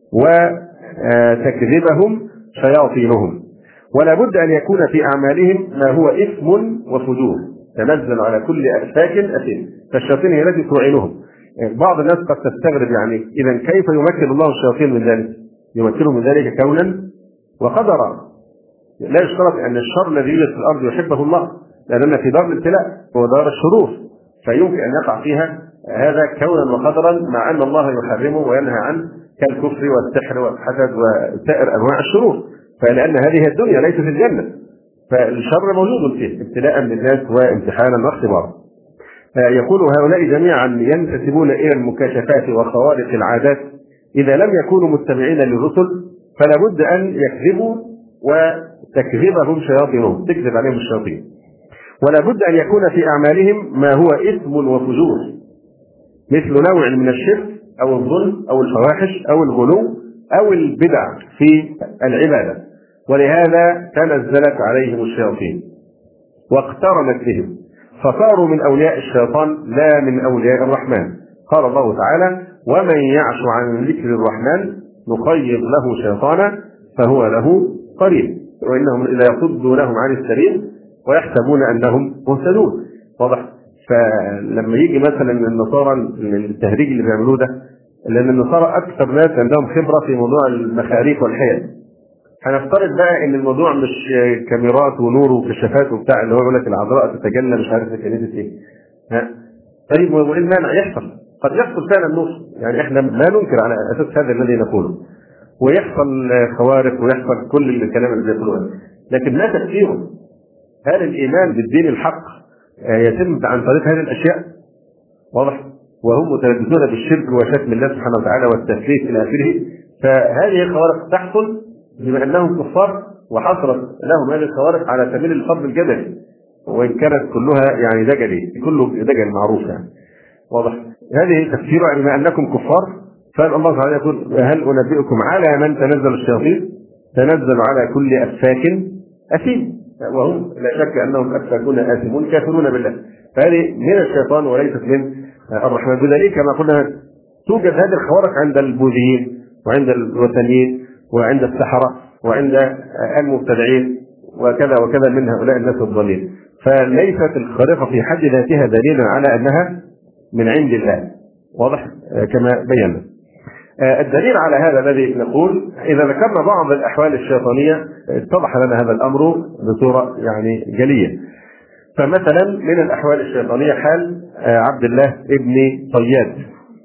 وتكذبهم شياطينهم، ولا بد أن يكون في أعمالهم ما هو إثم وفجور. تنزل على كل أفاك أثيم، فالشياطين هي التي تعينهم. بعض الناس قد تستغرب، يعني إذا كيف يمكن الله الشياطين من ذلك؟ يمكنهم من ذلك كونا وقدرا. لا يشترط أن الشر الذي يوجد في الأرض يحبه الله، لأننا في دار الابتلاء ودار الشرور، فيمكن أن يقع فيها هذا كونا وقدرا، مع أن الله يحرمه وينهى عنه كالكفر والسحر والحسد وسائر أنواع الشرور، فلأن هذه الدنيا ليست الجنة، فالشر موجود فيه ابتلاء للناس وامتحانا واختبارا. يقول: هؤلاء جميعا ينتسبون إلى المكاشفات وخوارق العادات إذا لم يكونوا متبعين للرسل، فلا بد أن يكذبوا وتكذبهم شياطينهم، تكذب عليهم الشياطين. ولا بد أن يكون في أعمالهم ما هو إثم وفجور، مثل نوع من الشرك أو الظلم أو الفواحش أو الغلو أو البدع في العبادة، ولهذا تنزلت عليهم الشياطين واقترنت بهم، فصاروا من أولياء الشيطان لا من أولياء الرحمن. قال الله تعالى: ومن يعش عن ذكر الرحمن نقيض له شيطانا فهو له قرين، وإنهم إذا يصدونهم عن السبيل ويحسبون أنهم مهتدون. واضح؟ فلما يجي مثلا النصارى من التهريج اللي بيعملوه ده، لأن النصارى أكثر ناس عندهم خبرة في موضوع المخاريق والحيل. هنفترض بقى ان الموضوع مش كاميرات ونور وكشافات وبتاع اللي هو يقول لك العذراء تتجلى مش عارف كنيسه ايه. طيب وايه المانع؟ يحصل، قد يحصل فعلا النور، يعني احنا لا ننكر على اساس هذا الذي نقوله، ويحصل خوارق ويحصل كل الكلام اللي بيقولوه، لكن ما تفسيره؟ هل الايمان بالدين الحق يتم عن طريق هذه الاشياء؟ واضح؟ وهم متلبسون بالشرك وشتم الله سبحانه وتعالى والتثليث الى اخره. فهذه الخوارق تحصل بما انهم كفار، وحصلت لهم هذه الخوارق على سبيل الفضل الجدلي، وان كانت كلها يعني دجلي، كله دجل معروف يعني. واضح؟ هذه تفسيرها بما انكم كفار. فالله تعالى يقول: هل انبئكم على من تنزل الشياطين؟ تنزل على كل افاك اثيم، وهم لا شك انهم افاكون اثمون كافرون بالله، فهذه من الشيطان وليست من الرحمن. بذلك كما قلنا توجد هذه الخوارق عند البوذيين وعند الوثنيين وعند السحرة وعند المبتدعين وكذا وكذا من هؤلاء الناس الضالين، فليست الخارقة في حد ذاتها دليلا على أنها من عند الله. واضح؟ كما بينا. الدليل على هذا الذي نقول إذا ذكرنا بعض الأحوال الشيطانية اتضح لنا هذا الأمر بصورة يعني جلية. فمثلا من الأحوال الشيطانية حال عبد الله ابن صياد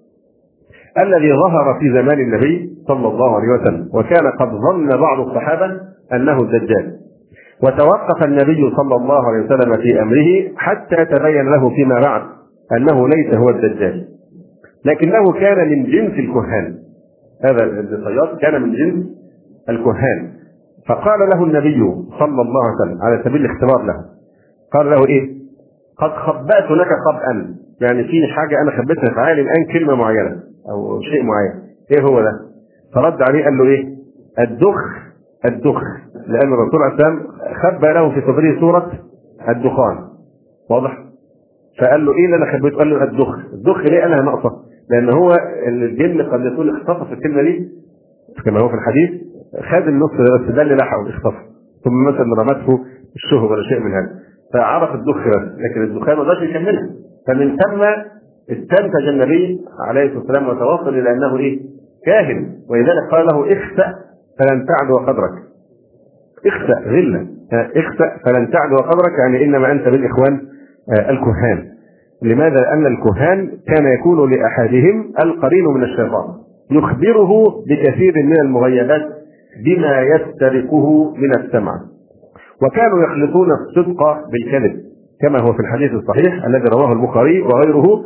الذي ظهر في زمان النبي صلى الله عليه وسلم، وكان قد ظن بعض الصحابة أنه الدجال، وتوقف النبي صلى الله عليه وسلم في أمره حتى تبين له فيما بعد أنه ليس هو الدجال، لكنه كان من جنس الكهان. هذا الصياد كان من جنس الكهان، فقال له النبي صلى الله عليه وسلم على سبيل الاختبار له، قال له: إيه؟ قد خبأت لك خبأ، يعني في حاجة أنا خبيتها في عالي الآن، كلمة معينة أو شيء معين، إيه هو ده؟ فرد عليه قال له: إيه؟ الدخ، لأن الرسول عليه السلام خبى له في صدره سورة الدخان. واضح؟ فقال له: إيه اللي أنا خبيته؟ قال له: الدخ ليه أنا ناقصة؟ لأن هو الجن قد يكون اختطف الكلمة دي كما هو في الحديث، خد النص بس ده اللي لحقه اختطف، ثم مثلا رمته الشهب ولا شيء من هذا، فعرف الدخ بس، لكن الدخان ما قدرش يكملها. فمن ثم استنتج النبي عليه الصلاة والسلام وتوصل إلى أنه إيه؟ كاهن، ولذلك قال له: اخسأ فلن تعدو قدرك. اخسأ غلة، اخسأ فلن تعدو قدرك، يعني إنما أنت بالإخوان الكهان. لماذا؟ لأن الكهان كان يكون لأحدهم القرين من الشيطان يخبره بكثير من المغيبات بما يسترقه من السمع، وكانوا يخلطون الصدق بالكذب، كما هو في الحديث الصحيح الذي رواه البخاري وغيره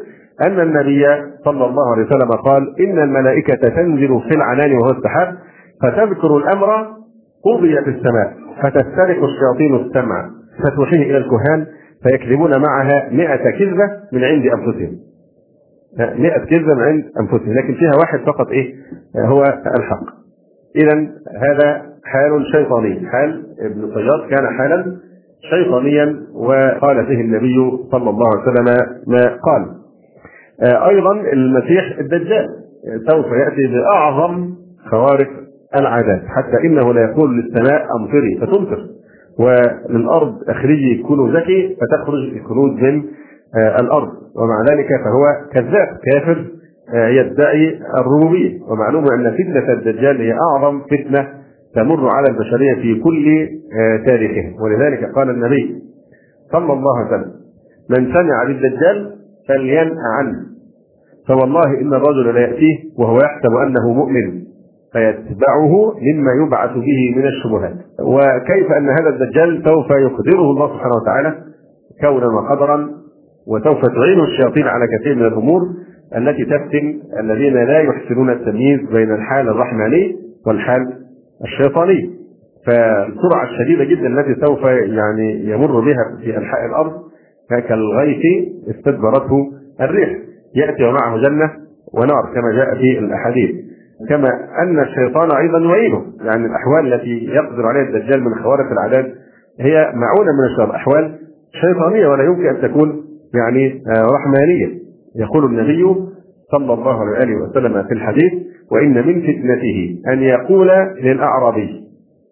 أن النبي صلى الله عليه وسلم قال: إن الملائكة تنزل في العنان وهو السحاب فتذكر الأمر قضي في السماء فتسترق الشياطين السمع فتوحيه إلى الكهان فيكذبون معها 100 كذبة من عند أنفسهم. 100 كذبة من عند أنفسهم، لكن فيها واحد فقط هو الحق. إذا هذا حال شيطاني، حال ابن صياد كان حالا شيطانيا، وقال فيه النبي صلى الله عليه وسلم ما قال. أيضا المسيح الدجال سوف يأتي بأعظم خوارق العادات، حتى إنه لا يقول للسماء أمطري فتمطر، وللأرض أخرجي كنوز ذكي فتخرج الكنوز من الأرض، ومع ذلك فهو كذاب كافر يدعي الربوبية. ومعلوم أن فتنة الدجال هي أعظم فتنة تمر على البشرية في كل تاريخها، ولذلك قال النبي صلى الله عليه وسلم: من سمع بالدجال فلينأ عنه، فوالله إن الرجل لا يأتيه وهو يحسب أنه مؤمن فيتبعه مما يبعث به من الشبهات. وكيف أن هذا الدجال سوف يقدره الله سبحانه وتعالى كونا وقدرا، وسوف تعين الشياطين على كثير من الأمور التي تفتن الذين لا يحسنون التمييز بين الحال الرحماني والحال الشيطاني. فالسرعة الشديدة جدا التي سوف يمر بها في أنحاء الأرض كالغيث استدبرته الريح، يأتي ومعه جنة ونار كما جاء في الأحاديث. كما أن الشيطان أيضا يعينه، يعني الأحوال التي يقدر عليها الدجال من خوارق العادات هي معونة من الشر، أحوال شيطانية ولا يمكن أن تكون رحمانية. يقول النبي صلى الله عليه وسلم في الحديث: وإن من فتنته أن يقول للأعرابي: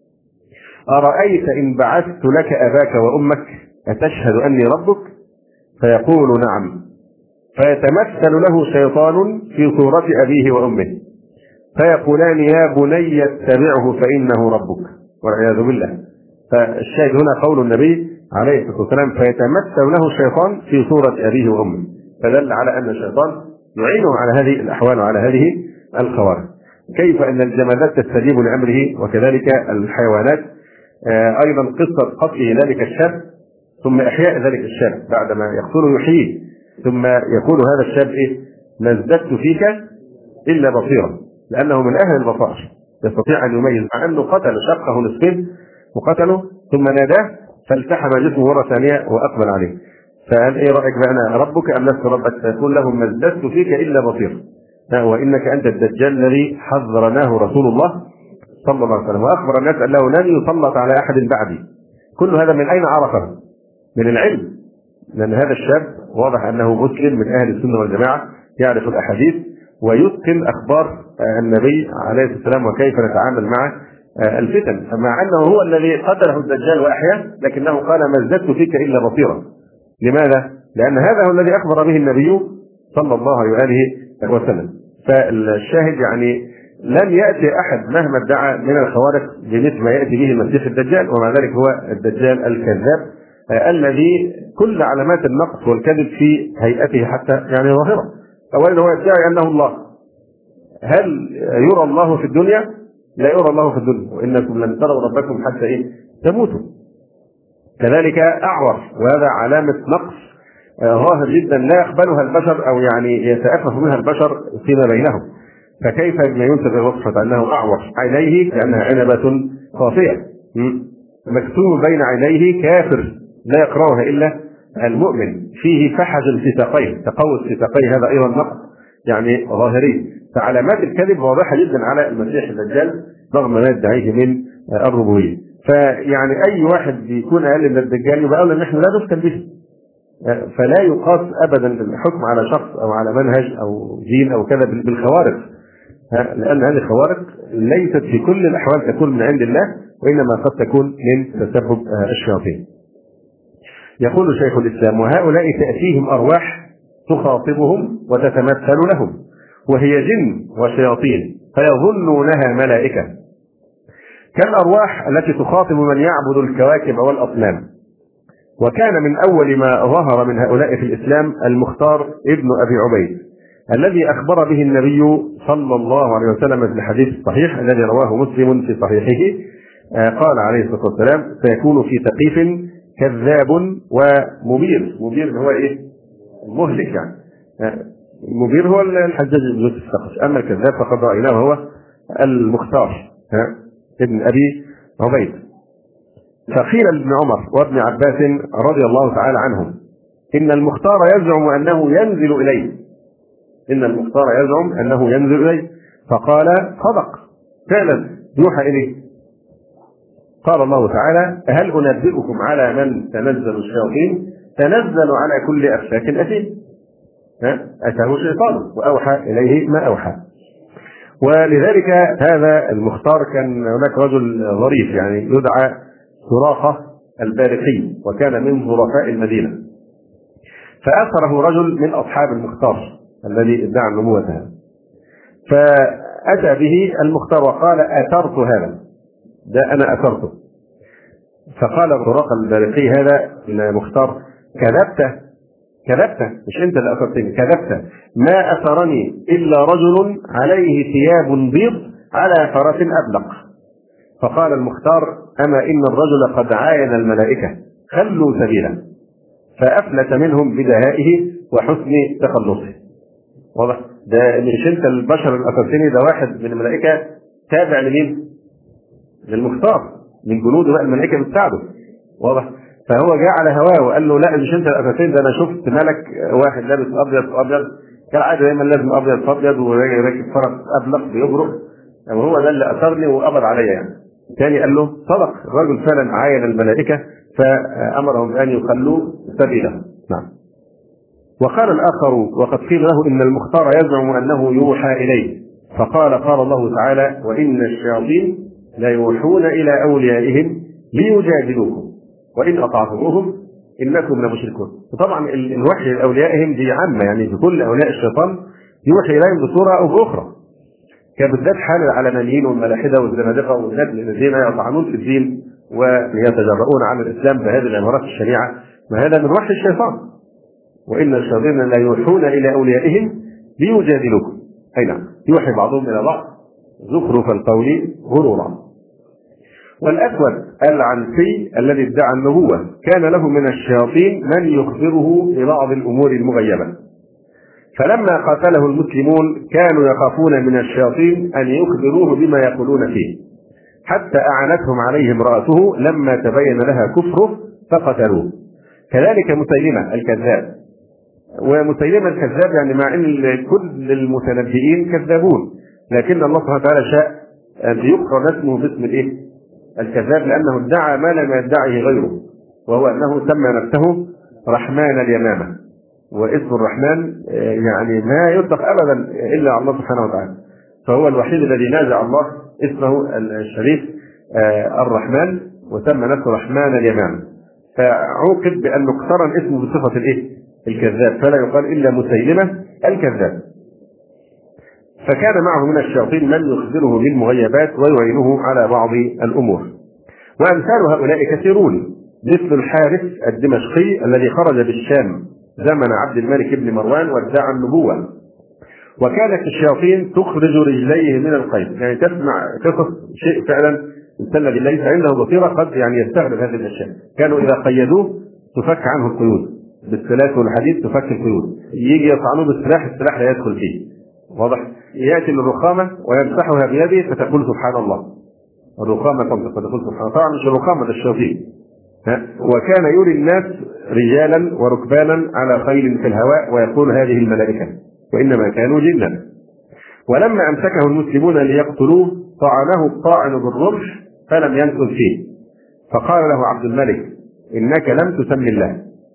أرأيت إن بعثت لك أباك وأمك أتشهد أني ربك؟ فيقول: نعم. فيتمثل له شيطان في صورة أبيه وأمه فيقولان: يا بني اتبعه فإنه ربك، والعياذ بالله. فالشاهد هنا قول النبي عليه الصلاة والسلام: فيتمثل له الشيطان في صورة أبيه وأمه، فدل على أن الشيطان يعينه على هذه الأحوال وعلى هذه الخوارق. كيف أن الجمادات تستجيب لأمره وكذلك الحيوانات. أيضا قصة قتله ذلك الشاب ثم إحياء ذلك الشاب بعدما يقتله يحييه، ثم يقول هذا الشاب: ما ازددت فيك إلا بصيرا، لأنه من أهل البصائر يستطيع أن يميز، مع أنه قتل شقه نصفين وقتله ثم ناداه فالتحم جسمه مرة ثانية وأقبل عليه. فقال: إيه رأيك بقى، أنا ربك أم لست ربك؟ فيقول له: ما ازددت فيك إلا بصيرا، وإنك أنت الدجال الذي حذرناه رسول الله صلى الله عليه وسلم، وأخبر الناس أنه لن يسلط على أحد بعدي. كل هذا من أين عرفه؟ من العلم، لأن هذا الشاب واضح أنه مسلم من أهل السنة والجماعة، يعرف الأحاديث ويتقن أخبار النبي عليه الصلاة والسلام وكيف نتعامل مع الفتن، مع أنه هو الذي قتله الدجال وأحياه، لكنه قال: ما ازددت فيك إلا بصيرا. لماذا؟ لأن هذا هو الذي أخبر به النبي صلى الله عليه وسلم. فالشاهد لن يأتي أحد مهما ادعى من الخوارق بمثل ما يأتي به المسيح الدجال، ومع ذلك هو الدجال الكذاب الذي كل علامات النقص والكذب في هيئته حتى ظاهرة. أولا هو يدعي أنه الله. هل يرى الله في الدنيا؟ لا يرى الله في الدنيا، وإنكم لن تروا ربكم حتى تموتوا. كذلك أعور، وهذا علامة نقص ظاهر جدا لا يقبلها البشر أو يتأفف منها البشر فيما بينهم. فكيف ما ينسب الوصفة أنه أعور؟ عينيه كأنها عنبة صافية، مكتوب بين عينيه كافر لا يقرأها إلا المؤمن، فيه فحج في ساقيه، تقوس في ساقيه، هذا أيضا نقص ظاهري. فعلامات الكذب واضحة جدا على المسيح الدجال رغم ما يدعيه من الربوبية. أي واحد بيكون أقل من الدجال يبقى أولى أن احنا لا نفتن به. فلا يقاس أبدا الحكم على شخص أو على منهج أو دين أو كذا بالخوارق، لأن هذه الخوارق ليست في كل الأحوال تكون من عند الله، وإنما قد تكون من تسبب الشياطين. يقول شيخ الإسلام: وهؤلاء تأتيهم أرواح تخاطبهم وتتمثل لهم، وهي جن وشياطين فيظنونها ملائكة، كالأرواح التي تخاطب من يعبد الكواكب والأصنام. وكان من أول ما ظهر من هؤلاء في الإسلام المختار ابن أبي عبيد الذي أخبر به النبي صلى الله عليه وسلم في الحديث الصحيح الذي رواه مسلم في صحيحه. قال عليه الصلاة والسلام: سيكون في ثقيف كذاب ومبير. مبير هو المهلك، المبير هو الحجاج بن يوسف الثقفي، أما الكذاب فقد رأيناه هو المختار ابن أبي عبيد. فقيل لابن عمر وابن عباس رضي الله تعالى عنهم إن المختار يزعم أنه ينزل إليه، إن المختار يزعم أنه ينزل إليه، فقال صدق فعلا يوحى إليه. قال الله تعالى هل أنبئكم على من تنزل الشياطين؟ تنزل على كل أفاك أثيم، أتاه شيطان وأوحى إليه ما أوحى. ولذلك هذا المختار كان هناك رجل ظريف يعني يدعى سراقة البارقي، وكان من ظرفاء المدينة، فأثره رجل من أصحاب المختار الذي ادعى النبوة، فأتى به المختار وقال أثرت هذا، ده أنا أثرته. فقال سراقة البارقي هذا المختار كذبت مش أنت اللي أثرتني، كذبت، ما أثرني إلا رجل عليه ثياب بيض على فرس أبلق. فقال المختار أما إن الرجل قد عاين الملائكة خلوا سبيله، فأفلت منهم بدهائه وحسن تخلصه. واضح؟ ده مش أنت البشر اللي أثرتني، ده واحد من الملائكة تابع لمين؟ للمختار، من جنود بقى الملائكة بتساعده. واضح؟ فهو جاء على هواه وقال له لا مش انت الاساسين، ده انا شفت ملك واحد لابس ابيض في ابيض، كالعاده دايما لازم ابيض في ابيض وراكب فرس ابلق بيبرق، وهو ده اللي اثرني وقبض عليا يعني. الثاني قال له صدق، الرجل فعلا عاين الملائكه فامرهم ان يخلوا سبيله. نعم. وقال الاخر وقد قيل له ان المختار يزعم انه يوحى اليه، فقال قال الله تعالى وان الشياطين لا يوحون الى اوليائهم ليجادلوكم وإن أطعتموهم إنكم لمشركون. وطبعا الوحي لأوليائهم دي عامة، يعني في كل أولياء الشيطان يوحي إليهم بصورة أو بأخرى، كبالذات حال العلمانيين والملاحدة والزنادقة والناس الذين يطعنون في الدين ويتجرؤون عن الإسلام بهذه العبارات الشريعة، وهذا من وحي الشيطان. وإن الشياطين لا يوحون إلى أوليائهم ليجادلوكم، أي نعم، يوحي بعضهم إلى بعض زخرف القول غرورا. والأسود العنسي الذي ادعى النبوة كان له من الشياطين من يخبره ببعض الأمور المغيبة، فلما قاتله المسلمون كانوا يخافون من الشياطين أن يخبروه بما يقولون فيه، حتى أعانتهم عليه امرأته لما تبين لها كفره فقتلوه. كذلك مسيلمة الكذاب، ومسيلمة الكذاب يعني مع أن كل المتنبئين كذابون، لكن الله سبحانه وتعالى شاء أن يقرن اسمه باسم الإيه؟ الكذاب، لأنه ادعى ما لم يدعه غيره، وهو أنه سمى نفسه رحمن اليمامة، واسم الرحمن يعني ما يطلق أبدا إلا على الله سبحانه وتعالى، فهو الوحيد الذي نازع الله اسمه الشريف الرحمن وسمى نفسه رحمن اليمامة، فعوقب بأنه اقترن اسمه بصفة الإيه؟ الكذاب، فلا يقال إلا مسيلمة الكذاب. فكان معه من الشياطين من يخبره بالمغيبات ويعينه على بعض الأمور. وأمثال هؤلاء كثيرون، مثل الحارث الدمشقي الذي خرج بالشام زمن عبد الملك بن مروان وادعى النبوة، وكانت الشياطين تخرج رجليه من القيد، يعني تسمع قصص شيء فعلا الإنسان الذي ليس عنده بصيرة قد يعني يستغرب هذه الأشياء، كانوا إذا قيدوه تفك عنه القيود بالسلاح والحديد، تفك القيود، يجي يطعنوه بالسلاح، السلاح لا يدخل فيه. واضح؟ يأتي للرخامة ويمسحها بيده فتقول سبحان الله، الرخامة فتقول سبحان الله، طبعا مش الرخامة ده الشياطين. وكان يري الناس رجالا وركبانا على خيل في الهواء ويقول هذه الملائكة، وإنما كانوا جنا. ولما أمسكه المسلمون ليقتلوه طعنه الطاعن بالرمح فلم ينفذ فيه، فقال له عبد الملك إنك لم تسم الله،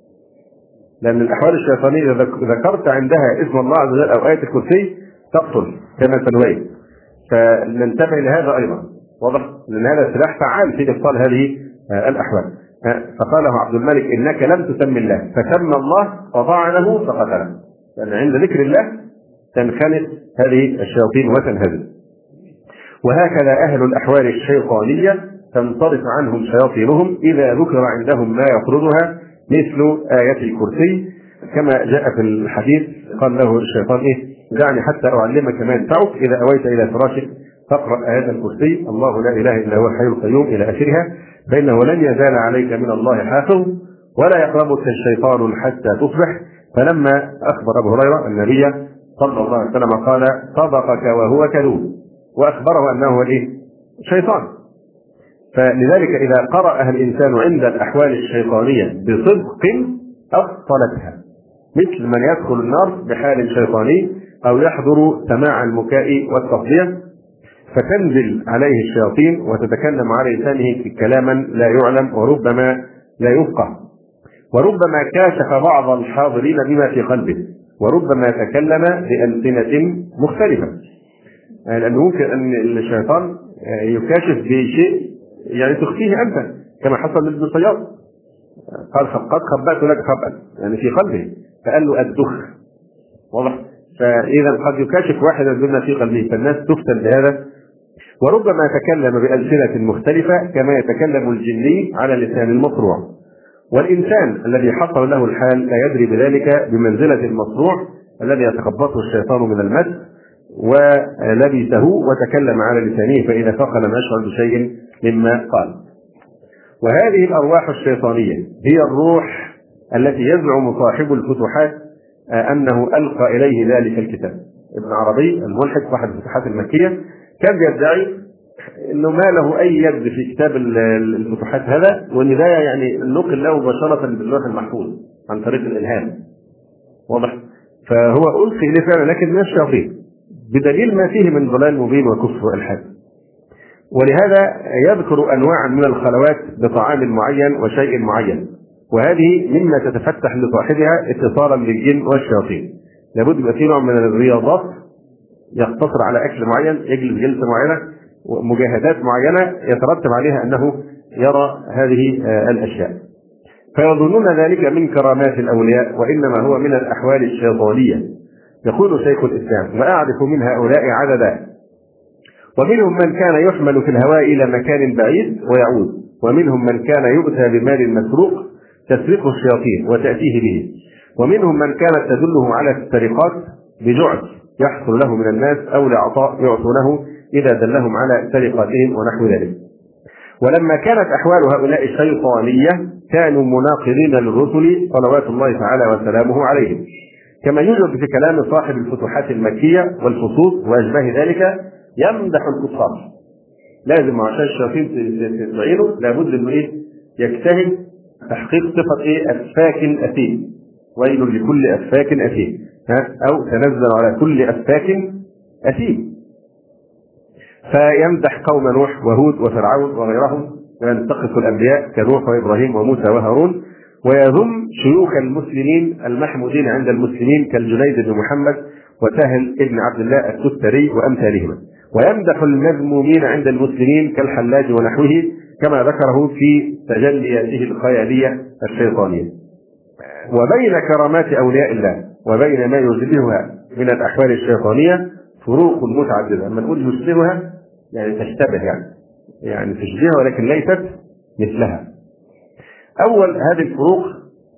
لأن الأحوال الشيطانية إذا ذكرت عندها اسم الله عز وجل أو آية الكرسي تقتل كما سنوي، فننتبه لهذا أيضا. واضح؟ لأن هذا سلاح فعال في إبطال هذه الأحوال. فقال له عبد الملك إنك لم تسم الله، فسمى الله وطعنه فقتله، لأن عند ذكر الله تنخنق هذه الشياطين وتنهزم. وهكذا أهل الأحوال الشيطانية تنصرف عنهم شياطينهم إذا ذكر عندهم ما يطردها، مثل آية الكرسي، كما جاء في الحديث قال له الشيطان إيه؟ دعني حتى أعلمك ما ينفعك، إذا أويت إلى فراشك فاقرأ آية الكرسي، الله لا إله إلا هو الحي القيوم إلى آخرها، فإنه لن يزال عليك من الله حافظ ولا يقربك الشيطان حتى تصبح. فلما أخبر أبو هريرة النبي صلى الله عليه وسلم قال: صدقك وهو كذوب، وأخبره أنه هو شيطان. فلذلك إذا قرأها الإنسان عند الأحوال الشيطانية بصدق أبطلتها، مثل من يدخل النار بحال شيطاني أو يحضر سماع المكاء والتصدية فتنزل عليه الشياطين وتتكلم على لسانه كلاما لا يعلم وربما لا يفقه، وربما كاشف بعض الحاضرين بما في قلبه، وربما تكلم بألسنة مختلفة، لأنه ممكن أن الشيطان يكاشف بشيء يعني تخفيه أنت، كما حصل لابن صياد، قال: قد خبأت لك خبأ، يعني في قلبه، فقال له: الدخ. واضح؟ فإذا قد يكاشف واحدا بما في قلبه، فالناس تفتن بهذا. وربما تكلم بألسنة مختلفة كما يتكلم الجني على لسان المصروع، والإنسان الذي حصل له الحال لا يدري بذلك بمنزلة المصروع الذي يتخبطه الشيطان من المس ولبسه وتكلم على لسانه، فإذا فقد لم يشعر بشيء مما قال. وهذه الأرواح الشيطانية هي الروح التي يزعم صاحب الفتوحات أنه ألقى إليه ذلك الكتاب. ابن عربي الملحد صاحب الفتوحات المكية كان يدعي أنه ما له أي يد في كتاب الفتوحات هذا، وأن ده يعني نقل له مباشرة باللوح المحفوظ عن طريق الإلهام. واضح؟ فهو ألقي إليه فعلا لكن من الشياطين، بدليل ما فيه من ضلال مبين وكفر والحاد. ولهذا يذكر أنواعا من الخلوات بطعام معين وشيء معين، وهذه مما تتفتح لصاحبها اتصالا بالجن والشياطين. لابد يبقى في نوع من الرياضات يقتصر على أكل معين، يجلس جلسة معينة ومجاهدات معينة يترتب عليها أنه يرى هذه الأشياء، فيظنون ذلك من كرامات الأولياء، وإنما هو من الأحوال الشيطانية. يقول شيخ الإسلام: وأعرف من هؤلاء عددا، ومنهم من كان يحمل في الهواء إلى مكان بعيد ويعود، ومنهم من كان يؤتى بمال مسروق تسرقه الشياطين وتأتيه به، ومنهم من كانت تدله على السرقات بجعل يحصل له من الناس أو لعطاء يعطونه إذا دلهم على سرقاتهم ونحو ذلك. ولما كانت أحوال هؤلاء شيطانية كانوا مناقضين للرسل صلوات الله تعالى وسلامه عليهم، كما يوجد في كلام صاحب الفتوحات المكية والفصوص وأشباه ذلك يمدح الكفار. لازم عشان الشياطين تعينه لابد انه يجتهد تحقيق صفة أفاك أثيم، ويل لكل أفاك أثيم، أو تنزل على كل أفاك أثيم. فيمدح قوم نوح وهود وفرعون وغيرهم، وينتقص الأنبياء كنوح وإبراهيم وموسى وهارون، ويذم شيوخ المسلمين المحمودين عند المسلمين كالجنيد بن محمد وسهل ابن عبد الله التستري وأمثالهما، ويمدح المذمومين عند المسلمين كالحلاج ونحوه، كما ذكره في تجلياته الخيالية الشيطانية. وبين كرامات أولياء الله وبين ما يشبهها من الأحوال الشيطانية فروق متعددة. لما نقول يشبهها يعني تشتبه، يعني تشبهها ولكن ليست مثلها. أول هذه الفروق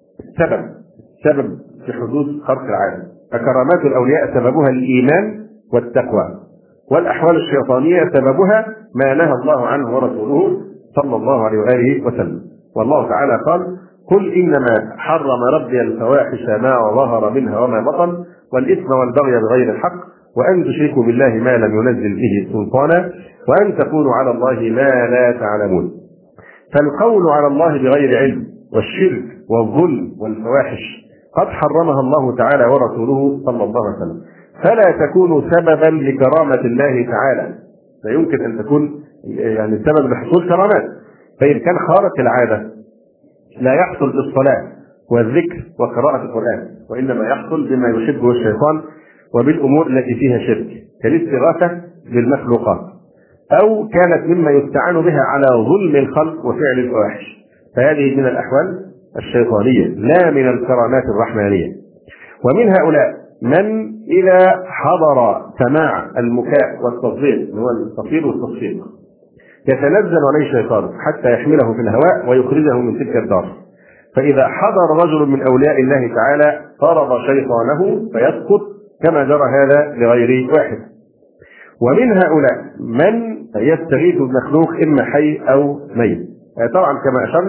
السبب في حدوث خرق العالم. فكرامات الأولياء سببها الإيمان والتقوى، والأحوال الشيطانية سببها ما نهى الله عنه ورسوله صلى الله عليه وآله وسلم. والله تعالى قال: قل إنما حرم ربي الفواحش ما ظهر منها وما بطن والإثم والبغي بغير الحق وأن تشركوا بالله ما لم ينزل به سلطانا وأن تقولوا على الله ما لا تعلمون. فالقول على الله بغير علم والشرك والظلم والفواحش قد حرمها الله تعالى ورسوله صلى الله عليه وسلم، فلا تكونوا سببا لكرامة الله تعالى. لا يمكن أن تكون يعني سبب لحصول كرامات. فإن كان خارق العادة لا يحصل بالصلاة والذكر وقراءة القرآن، وإنما يحصل بما يحبه الشيطان وبالأمور التي فيها شرك كالاستغاثة بالمخلوقات، أو كانت مما يستعان بها على ظلم الخلق وفعل الفواحش، فهذه من الأحوال الشيطانية لا من الكرامات الرحمانية. ومن هؤلاء من إذا حضر سماع المكاء والتصفيق، هو التصفير والتصفيق، يتنزل عليه الشيطان حتى يحمله في الهواء ويخرجه من تلك الدار. فإذا حضر رجل من أولياء الله تعالى طرد شيطانه فيسقط، كما جرى هذا لغير واحد. ومن هؤلاء من يستغيث بمخلوق إما حي أو ميت. طبعا كما أشرنا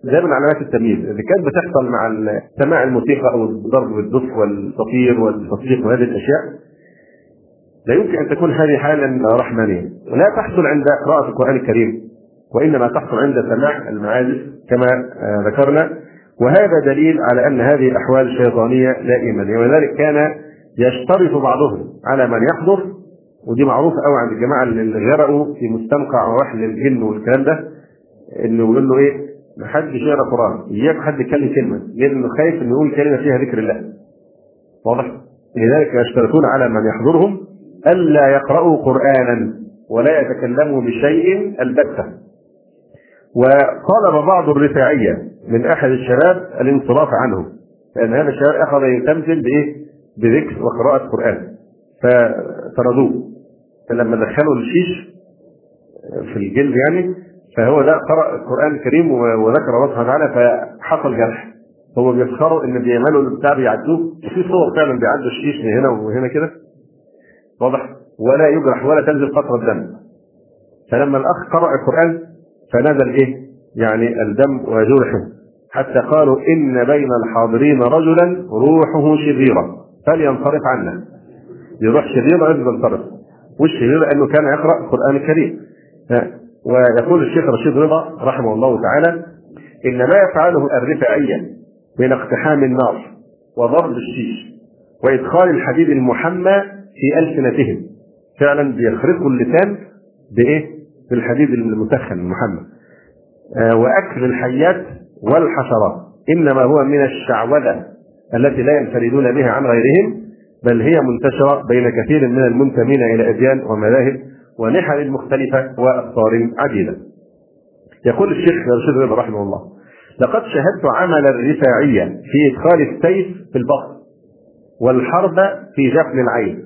ده من علامات التمييز اللي كانت بتحصل مع سماع الموسيقى او الضرب بالدف والصفير والتصفيق وهذه الاشياء. لا يمكن ان تكون هذه حالا رحمانيه، ولا تحصل عند قراءه القران الكريم، وانما تحصل عند سماع المعازف كما ذكرنا. وهذا دليل على ان هذه الاحوال شيطانيه لا ايمانيه، ولذلك كان يشترط بعضهم على من يحضر، ودي معروفه قوي عند الجماعه اللي غرقوا في مستنقع ووحل الجن والكلام ده، انه يقول له ايه؟ ما حدش يقرا قران، اياك حد يتكلم كلمه، لانه خايف انه يقول كلمه فيها ذكر الله. واضح؟ لذلك يشترطون على من يحضرهم الا يقرأوا قرانا ولا يتكلموا بشيء البتة. وطلب بعض الرفاعيه من احد الشباب الانصراف عنه، لان هذا الشباب اخذ يتمثل بايه؟ بذكر وقراءه قران، فطردوه. فلما دخلوا الشيش في الجلد يعني، فهو ده قرأ القرآن الكريم وذكر الله سبحانه وتعالى، فحصل جرح. هو بيفخروا ان بيعملوا البتاع بيعدوه، في صور فعلا بيعدوا الشيش من هنا وهنا كده، واضح؟ ولا يجرح ولا تنزل قطرة دم. فلما الأخ قرأ القرآن فنزل ايه؟ يعني الدم وجرحه، حتى قالوا ان بين الحاضرين رجلا روحه شريرة فلينصرف عنا. يروح شريرة ينصرف، والشريرة انه كان يقرأ القرآن الكريم. ويقول الشيخ رشيد رضا رحمه الله تعالى إن ما يفعله الرفاعية من اقتحام النار وضرب الشيش وإدخال الحديد المحمى في ألسنتهم، فعلا بيخرقوا اللسان بإيه؟ بالحديد المسخن المحمى، وأكل الحيات والحشرات، إنما هو من الشعوذة التي لا ينفردون بها عن غيرهم، بل هي منتشرة بين كثير من المنتمين إلى أديان ومذاهب ونحل مختلفة وأفكار عديدة. يقول الشيخ رشيد رضا رحمه الله: لقد شاهدت عمل الرفاعية في إدخال السيف في البطن والحرب في جفن العين،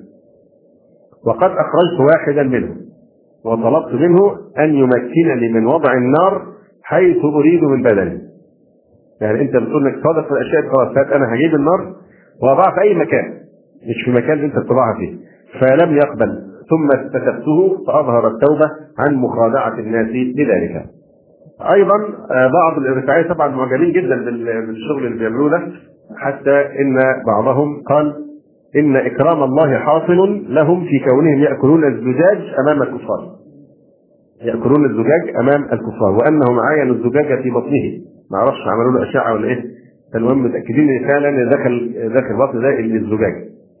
وقد أخرجت واحدا منهم وطلبت منه أن يمكنني من وضع النار حيث أريد من بدني. يعني أنت بتقول إنك صادق في الأشياء، خلاص أنا هجيب النار وأضعها في أي مكان، مش في مكان أنت بتضعها فيه. فلم يقبل، ثم استتبته فأظهر التوبة عن مخادعة الناس بذلك. أيضا بعض الرفاعية طبعا معجبين جدا بالشغل اللي بيعملوه ده، حتى إن بعضهم قال إن إكرام الله حاصل لهم في كونهم يأكلون الزجاج أمام الكفار، يأكلون الزجاج أمام الكفار، وأنهم عاينوا الزجاج في بطنه، ما اعرفش عملوا له أشعة ولا إيه، المهم متأكدين إن فعلا دخل بطن ده الزجاج،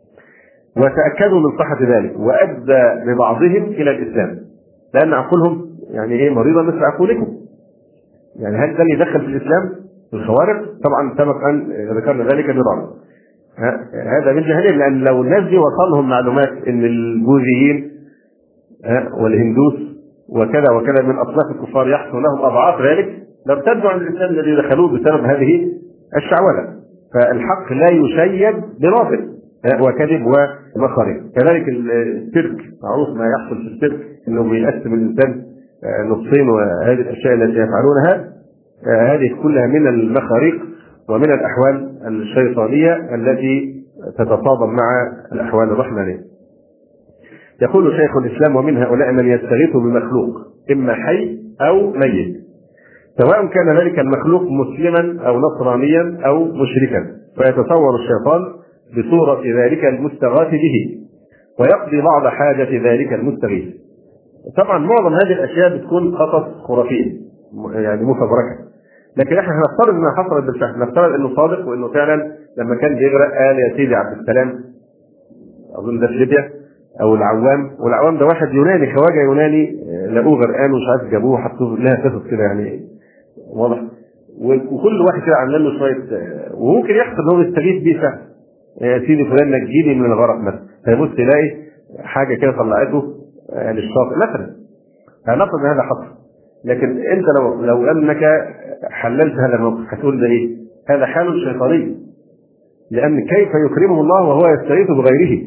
وتأكدوا من صحة ذلك، وأدى ببعضهم إلى الإسلام، لأن عقولهم يعني إيه مريضة مثل عقولكم. يعني هل ده اللي يدخل في الإسلام؟ الخوارج طبعا سبق أن ذكرنا ذلك مرارا. هذا من جهلهم، لأن لو الناس دي وصلهم معلومات إن البوذيين والهندوس وكذا وكذا من أصناف الكفار يحصل لهم أضعاف ذلك، لارتدوا عن الإسلام الذي دخلوه بسبب هذه الشعوذة. فالحق لا يشيد بباطل وكذب ومخارج. كذلك السيرك معروف ما يحصل في السيرك، انه بيقسم الانسان نصين، وهذه الاشياء التي يفعلونها هذه كلها من المخاريق ومن الاحوال الشيطانيه التي تتصادم مع الاحوال الرحمانيه. يقول شيخ الاسلام: ومن هؤلاء من يستغيث بمخلوق اما حي او ميت، سواء كان ذلك المخلوق مسلما او نصرانيا او مشركا، فيتصور الشيطان بصورة ذلك المستغاث به ويقضي بعض حاجة ذلك المستغيث. طبعا معظم هذه الأشياء بتكون قصص خرافية يعني مفبركة، لكن احنا هنفترض انها حصلت بالفعل، نفترض انه صادق وانه فعلا لما كان بيغرق قال يا سيدي عبد السلام، اظن ده في ليبيا، او العوام، والعوام ده واحد يوناني، خواجه يوناني لقوه غرقان ومش عارف جابوه وحطوه، لها قصص كده يعني واضح، وكل واحد كده عامل له شويه، وممكن يحصل ان هو يستغيث بيه فعلا، يا سيدي فلان نجيني من الغرق مثلا، فيبص يلاقي حاجه كده طلعته للشاطئ مثلا، هنفرض هذا حصل. لكن انت لو انك حللت هذا الموقف هتقول ده ايه؟ هذا حال شيطاني، لان كيف يكرمه الله وهو يستغيث بغيره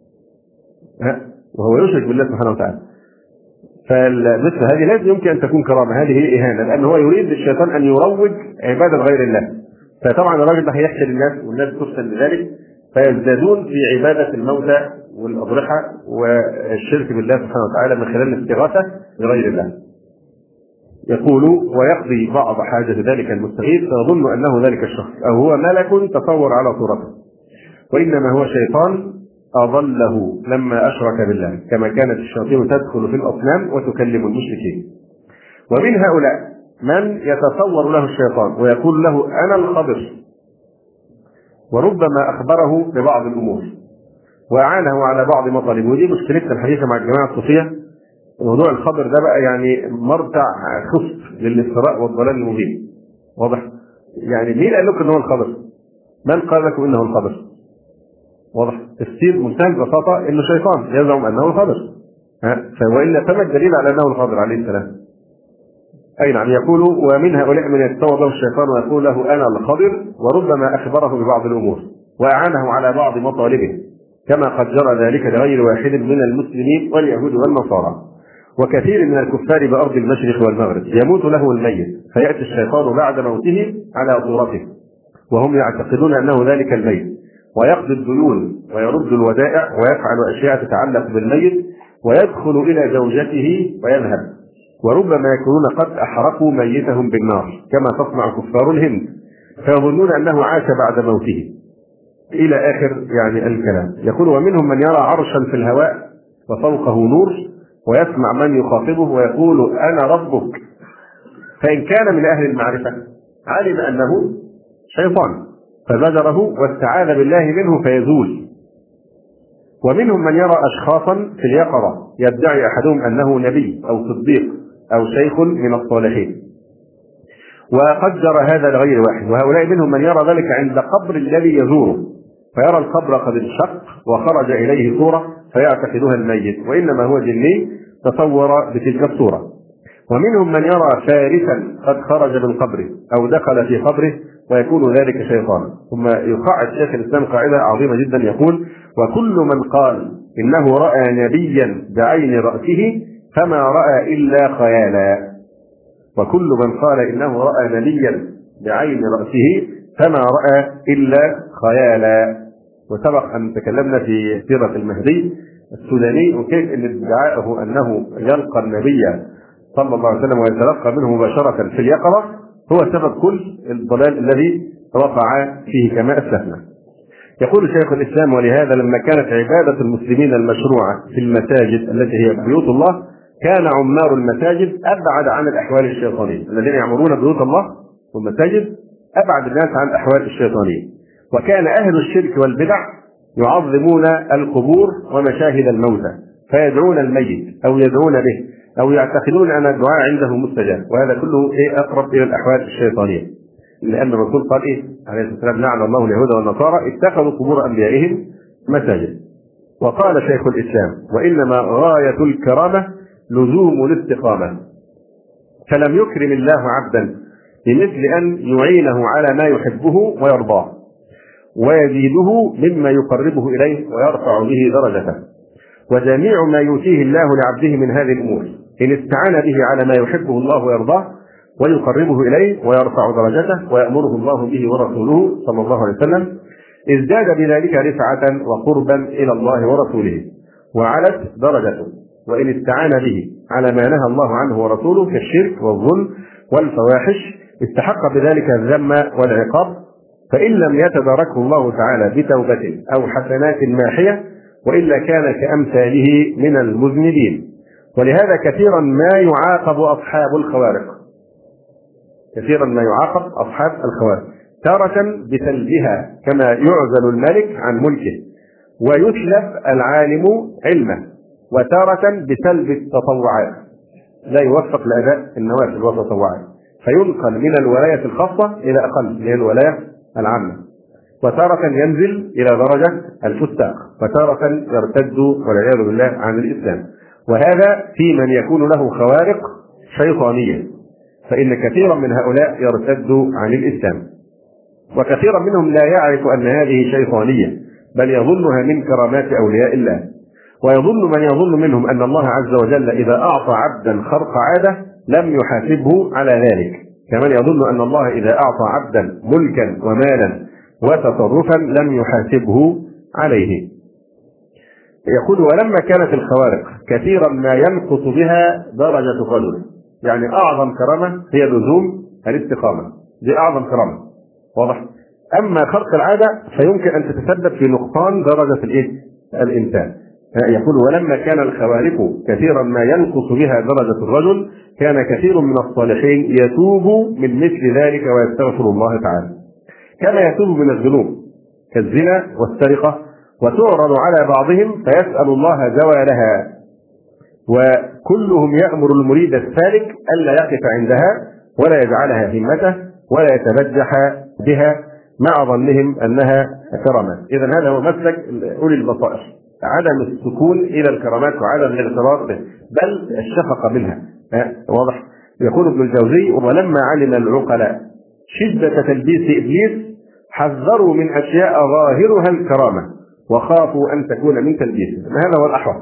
وهو يشرك بالله سبحانه وتعالى. فمثل هذه لازم يمكن ان تكون كرامه، هذه هي اهانه، لان هو يريد الشيطان ان يروج عباده غير الله. فطبعا الراجل ده هيحكي للناس والناس تفتن بذلك، فيزدادون في عباده الموتى والاضرحه والشرك بالله سبحانه وتعالى من خلال الاستغاثه بغير الله. يقول ويقضي بعض حاجة ذلك المستغيث فيظن أنه ذلك الشخص أو هو ملك تصور على صورته، وإنما هو شيطان أضله لما أشرك بالله، كما كانت الشياطين تدخل في الأصنام وتكلم المشركين. ومن هؤلاء من يتصور له الشيطان ويقول له أنا الخضر، وربما أخبره ببعض الأمور وأعانه على بعض مطالبه. ودي مشكلتنا الحقيقة مع الجماعة الصوفية، موضوع الخضر ده بقى يعني مرتع خصب للافتراء والضلال المبين. واضح؟ يعني مين قال لكم ان هو الخضر؟ من قال لكم انه الخضر؟ واضح؟ تفسير منتهى البساطه انه شيطان يزعم انه الخضر. والا فما الدليل على انه الخضر عليه السلام؟ اي نعم. يقول ومن هؤلاء من يتصور له الشيطان ويقول له انا الخضر، وربما اخبره ببعض الامور واعانه على بعض مطالبه، كما قد جرى ذلك لغير واحد من المسلمين واليهود والنصارى وكثير من الكفار بأرض المشرق والمغرب. يموت له الميت فيأتي الشيطان بعد موته على صورته وهم يعتقدون أنه ذلك الميت، ويقضي الديون ويرد الودائع ويفعل أشياء تتعلق بالميت، ويدخل إلى زوجته ويذهب، وربما يكونون قد أحرقوا ميتهم بالنار كما تصنع كفار الهند، فيظنون أنه عاش بعد موته إلى آخر يعني الكلام. يقول ومنهم من يرى عرشا في الهواء وفوقه نور، ويسمع من يخاطبه ويقول أنا ربك، فإن كان من أهل المعرفة علم أنه شيطان فزجره واستعاذ بالله منه فيزول. ومنهم من يرى أشخاصا في اليقظة يدعي أحدهم أنه نبي أو صديق أو شيخ من الصالحين، وقد جرى هذا لغير واحد. وهؤلاء منهم من يرى ذلك عند قبر الذي يزوره، فيرى القبر قد انشق وخرج إليه صورة فيعتقدها الميت، وإنما هو جني تصور بتلك الصورة. ومنهم من يرى فارسا قد خرج من قبره أو دخل في قبره ويكون ذلك شيطانا. ثم يقاعد شيخ الإسلام قاعدة عظيمة جدا يقول وكل من قال إنه رأى نبيا بعين رأسه فما رأى إلا خيالا. وكل من قال إنه رأى نبيا بعين رأسه فما رأى إلا خيالا. وسبق أن تكلمنا في سيرة المهدي السوداني وكيف أن ادعاءه أنه يلقى النبي صلى الله عليه وسلم ويتلقى منه مباشرة في اليقظة هو سبب كل الضلال الذي وقع فيه كما أسلفنا. يقول شيخ الإسلام ولهذا لما كانت عبادة المسلمين المشروعة في المساجد التي هي بيوت الله كان عمار المساجد أبعد عن الأحوال الشيطانية. الذين يعمرون بيوت الله والمساجد أبعد الناس عن الأحوال الشيطانية. وكان أهل الشرك والبدع يعظمون القبور ومشاهد الموتى فيدعون الميت أو يدعون به أو يعتقدون أن الدعاء عنده مستجاب، وهذا كله أقرب إلى الأحوال الشيطانية، لأن الرسول قال عليه الصلاة والسلام لعن الله اليهود والنصارى اتخذوا قبور أنبيائهم مساجد. وقال شيخ الإسلام وإنما غاية الكرامة لزوم الاستقامة، فلم يكرم الله عبدا بمثل أن يعينه على ما يحبه ويرضاه ويزيده مما يقربه إليه ويرفع به درجته. وجميع ما يؤتيه الله لعبده من هذه الأمور إن استعان به على ما يحبه الله ويرضاه ويقربه إليه ويرفع درجته ويأمره الله به ورسوله صلى الله عليه وسلم ازداد بذلك رفعة وقربا إلى الله ورسوله وعلت درجته. وإن استعان به على ما نهى الله عنه ورسوله كالشرك والظلم والفواحش استحق بذلك الذم والعقاب، فإن لم يتداركه الله تعالى بتوبة أو حسنات ماحية وإلا كان كأمثاله من المذنبين. ولهذا كثيرا ما يعاقب أصحاب الخوارق، كثيرا ما يعاقب أصحاب الخوارق تارة بسلبها كما يعزل الملك عن ملكه ويسلب العالم علمه، وتارة بسلب التطوعات لا يوفق لأداء النوافل والتطوعات فينقل من الولاية الخاصة إلى أقل من الولاية العامة، وتارة ينزل إلى درجة الفساق، وتارة يرتد والعياذ بالله عن الإسلام. وهذا في من يكون له خوارق شيطانية، فإن كثيرا من هؤلاء يرتد عن الإسلام، وكثيرا منهم لا يعرف أن هذه شيطانية بل يظنها من كرامات أولياء الله. ويظن من يظن منهم أن الله عز وجل إذا أعطى عبدا خرق عادة لم يحاسبه على ذلك، كمن يظن أن الله إذا أعطى عبدا ملكا ومالا وتصرفا لم يحاسبه عليه. يقول ولما كانت الخوارق كثيرا ما ينقص بها درجة قدره، يعني أعظم كرامة هي لزوم الاستقامة، دي أعظم كرامة، واضح؟ أما خرق العادة فيمكن أن تتسبب في نقصان درجة الإنسان. يقول ولما كان الخوارق كثيرا ما ينقص بها درجة الرجل كان كثير من الصالحين يتوب من مثل ذلك ويستغفر الله تعالى، كما يتوب من الذنوب كالزنا والسرقة وتعرض على بعضهم فيسأل الله زوالها، وكلهم يأمر المريد السالك ألا يقف عندها ولا يجعلها همته ولا يتبجح بها مع ظنهم أنها كرامات. إذن هذا هو مسلك أولي البصائر، عدم السكون إلى الكرامات وعدم الاغترار به بل الشفقة منها. واضح؟ يقول ابن الجوزي ولما علم العقلاء شدة تلبيس إبليس حذروا من أشياء ظاهرها الكرامة وخافوا أن تكون من تلبيسه. هذا هو الأحوط.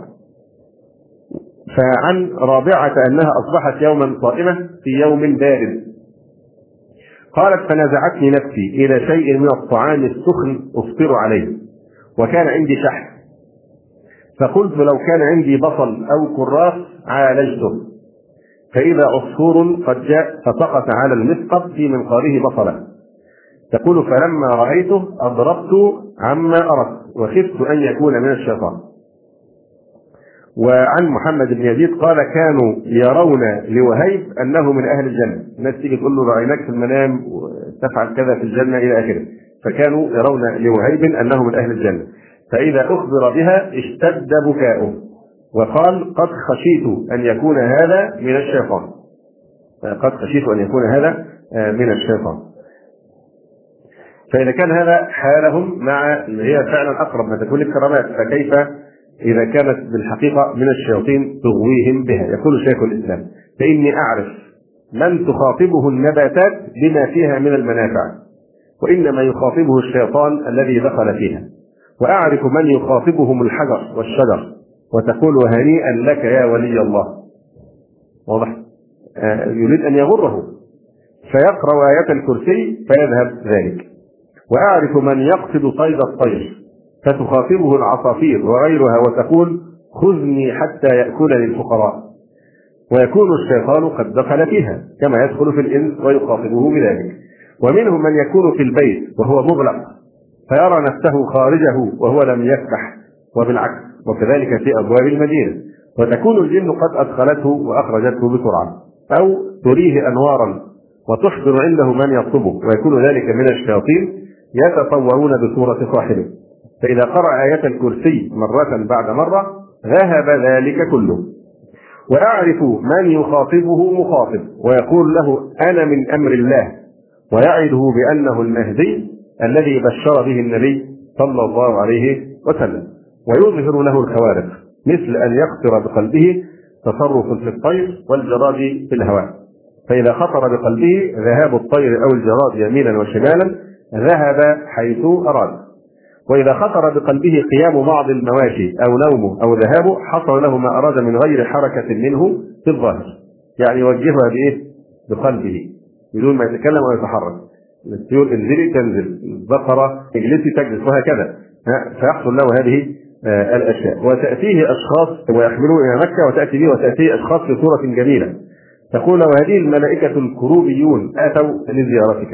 فعن رابعة أنها أصبحت يوما صائمة في يوم بارد، قالت فنزعتني نفسي إلى شيء من الطعام السخن أفطر عليه وكان عندي شحم، فقلت لو كان عندي بصل أو كراث عالجته، فإذا عصفور قد جاء فسقط على المسقط في منقاره بصلا. تقول فلما رأيته أضربت عما أردت وخفت أن يكون من الشيطان. وعن محمد بن يزيد قال كانوا يرون لوهيب أنه من أهل الجنة، الناس تيجي تقول له رأيناك في المنام وتفعل كذا في الجنة إلى آخره، فكانوا يرون لوهيب أنه من أهل الجنة، فإذا أخبر بها اشتد بكاؤه وقال قد خشيت أن يكون هذا من الشيطان، قد خشيت أن يكون هذا من الشيطان. فإذا كان هذا حالهم مع اللي هي فعلا أقرب ما تكون الكرامات، فكيف إذا كانت بالحقيقة من الشياطين تغويهم بها؟ يقول شيخ الإسلام فإني أعرف من تخاطبه النباتات بما فيها من المنافع، وإنما يخاطبه الشيطان الذي دخل فيها، وأعرف من يخاطبهم الحجر والشجر وتقول هنيئا لك يا ولي الله. واضح؟ يريد أن يغره فيقرأ آية الكرسي فيذهب ذلك. وأعرف من يقصد صيد الطير فتخاطبه العصافير وغيرها وتقول خذني حتى يأكلني الفقراء، ويكون الشيطان قد دخل فيها كما يدخل في الإنس ويخاطبه بذلك. ومنهم من يكون في البيت وهو مغلق فيرى نفسه خارجه وهو لم يسبح، وبالعكس وكذلك في أبواب المدينة، وتكون الجن قد أدخلته وأخرجته بسرعة، أو تريه أنوارا وتحضر عنده من يطلبه، ويكون ذلك من الشياطين يتصورون بصورة صاحبه، فإذا قرأ آية الكرسي مرة بعد مرة ذهب ذلك كله. وأعرف من يخاطبه مخاطب ويقول له أنا من أمر الله، ويعده بأنه المهدي الذي بشر به النبي صلى الله عليه وسلم، ويظهر له الخوارق مثل أن يخطر بقلبه تصرف في الطير والجراد في الهواء، فإذا خطر بقلبه ذهاب الطير أو الجراد يمينا وشمالا ذهب حيث أراد، وإذا خطر بقلبه قيام بعض المواشي أو نومه أو ذهابه حصل له ما أراد من غير حركة منه في الظاهر، يعني يوجهها بإيه؟ بقلبه بدون ما يتكلم ويتحرك. الطيور انزلي تنزل، البقرة اجلسي تجلس، وهكذا، فيحصل له هذه الأشياء. وتأتيه أشخاص ويحملون إلى مكة وتأتي به وتأتيه أشخاص في صورة جميلة، تقول وهذه الملائكة الكروبيون أتوا لزيارتك،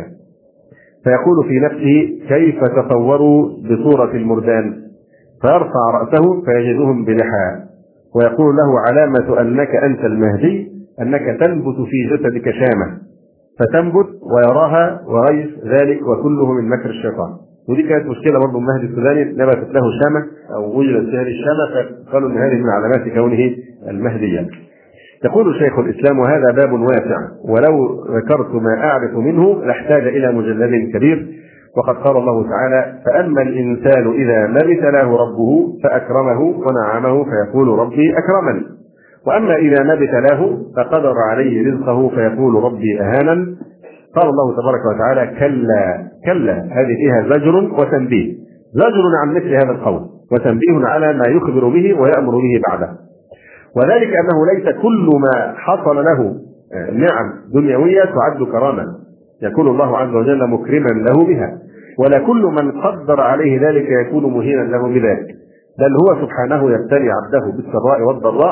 فيقول في نفسه كيف تصوروا بصورة المردان، فيرفع رأسه فيجدهم بلحى، ويقول له علامة أنك أنت المهدي أنك تنبت في جسدك شامة فتنبت ويراها وغير ذلك، وكله من مكر الشيطان. ودي كانت مشكلة برضه المهدي السوداني، نبتت له شامة أو وجدت هذه الشامة فقالوا أن هذه من علامات كونه المهدي. يقول شيخ الإسلام وهذا باب واسع، ولو ذكرت ما أعرف منه لاحتاج إلى مجلد كبير. وقد قال الله تعالى فأما الإنسان إذا ما ابتلاه ربه فأكرمه ونعمه فيقول ربي أكرمن، وأما إذا ما ابتلاه فقدر عليه رزقه فيقول ربي أهانن. قال الله تبارك وتعالى كلا كلا، هذه فيها زجر وتنبيه، زجر عن مثل هذا القول وتنبيه على ما يخبر به ويأمر به بعده، وذلك أنه ليس كل ما حصل له نعم دنيوية تعد كرامة يكون الله عز وجل مكرما له بها، ولا كل من قدر عليه ذلك يكون مهينا له بذلك، بل هو سبحانه يبتلي عبده بالسراء والضراء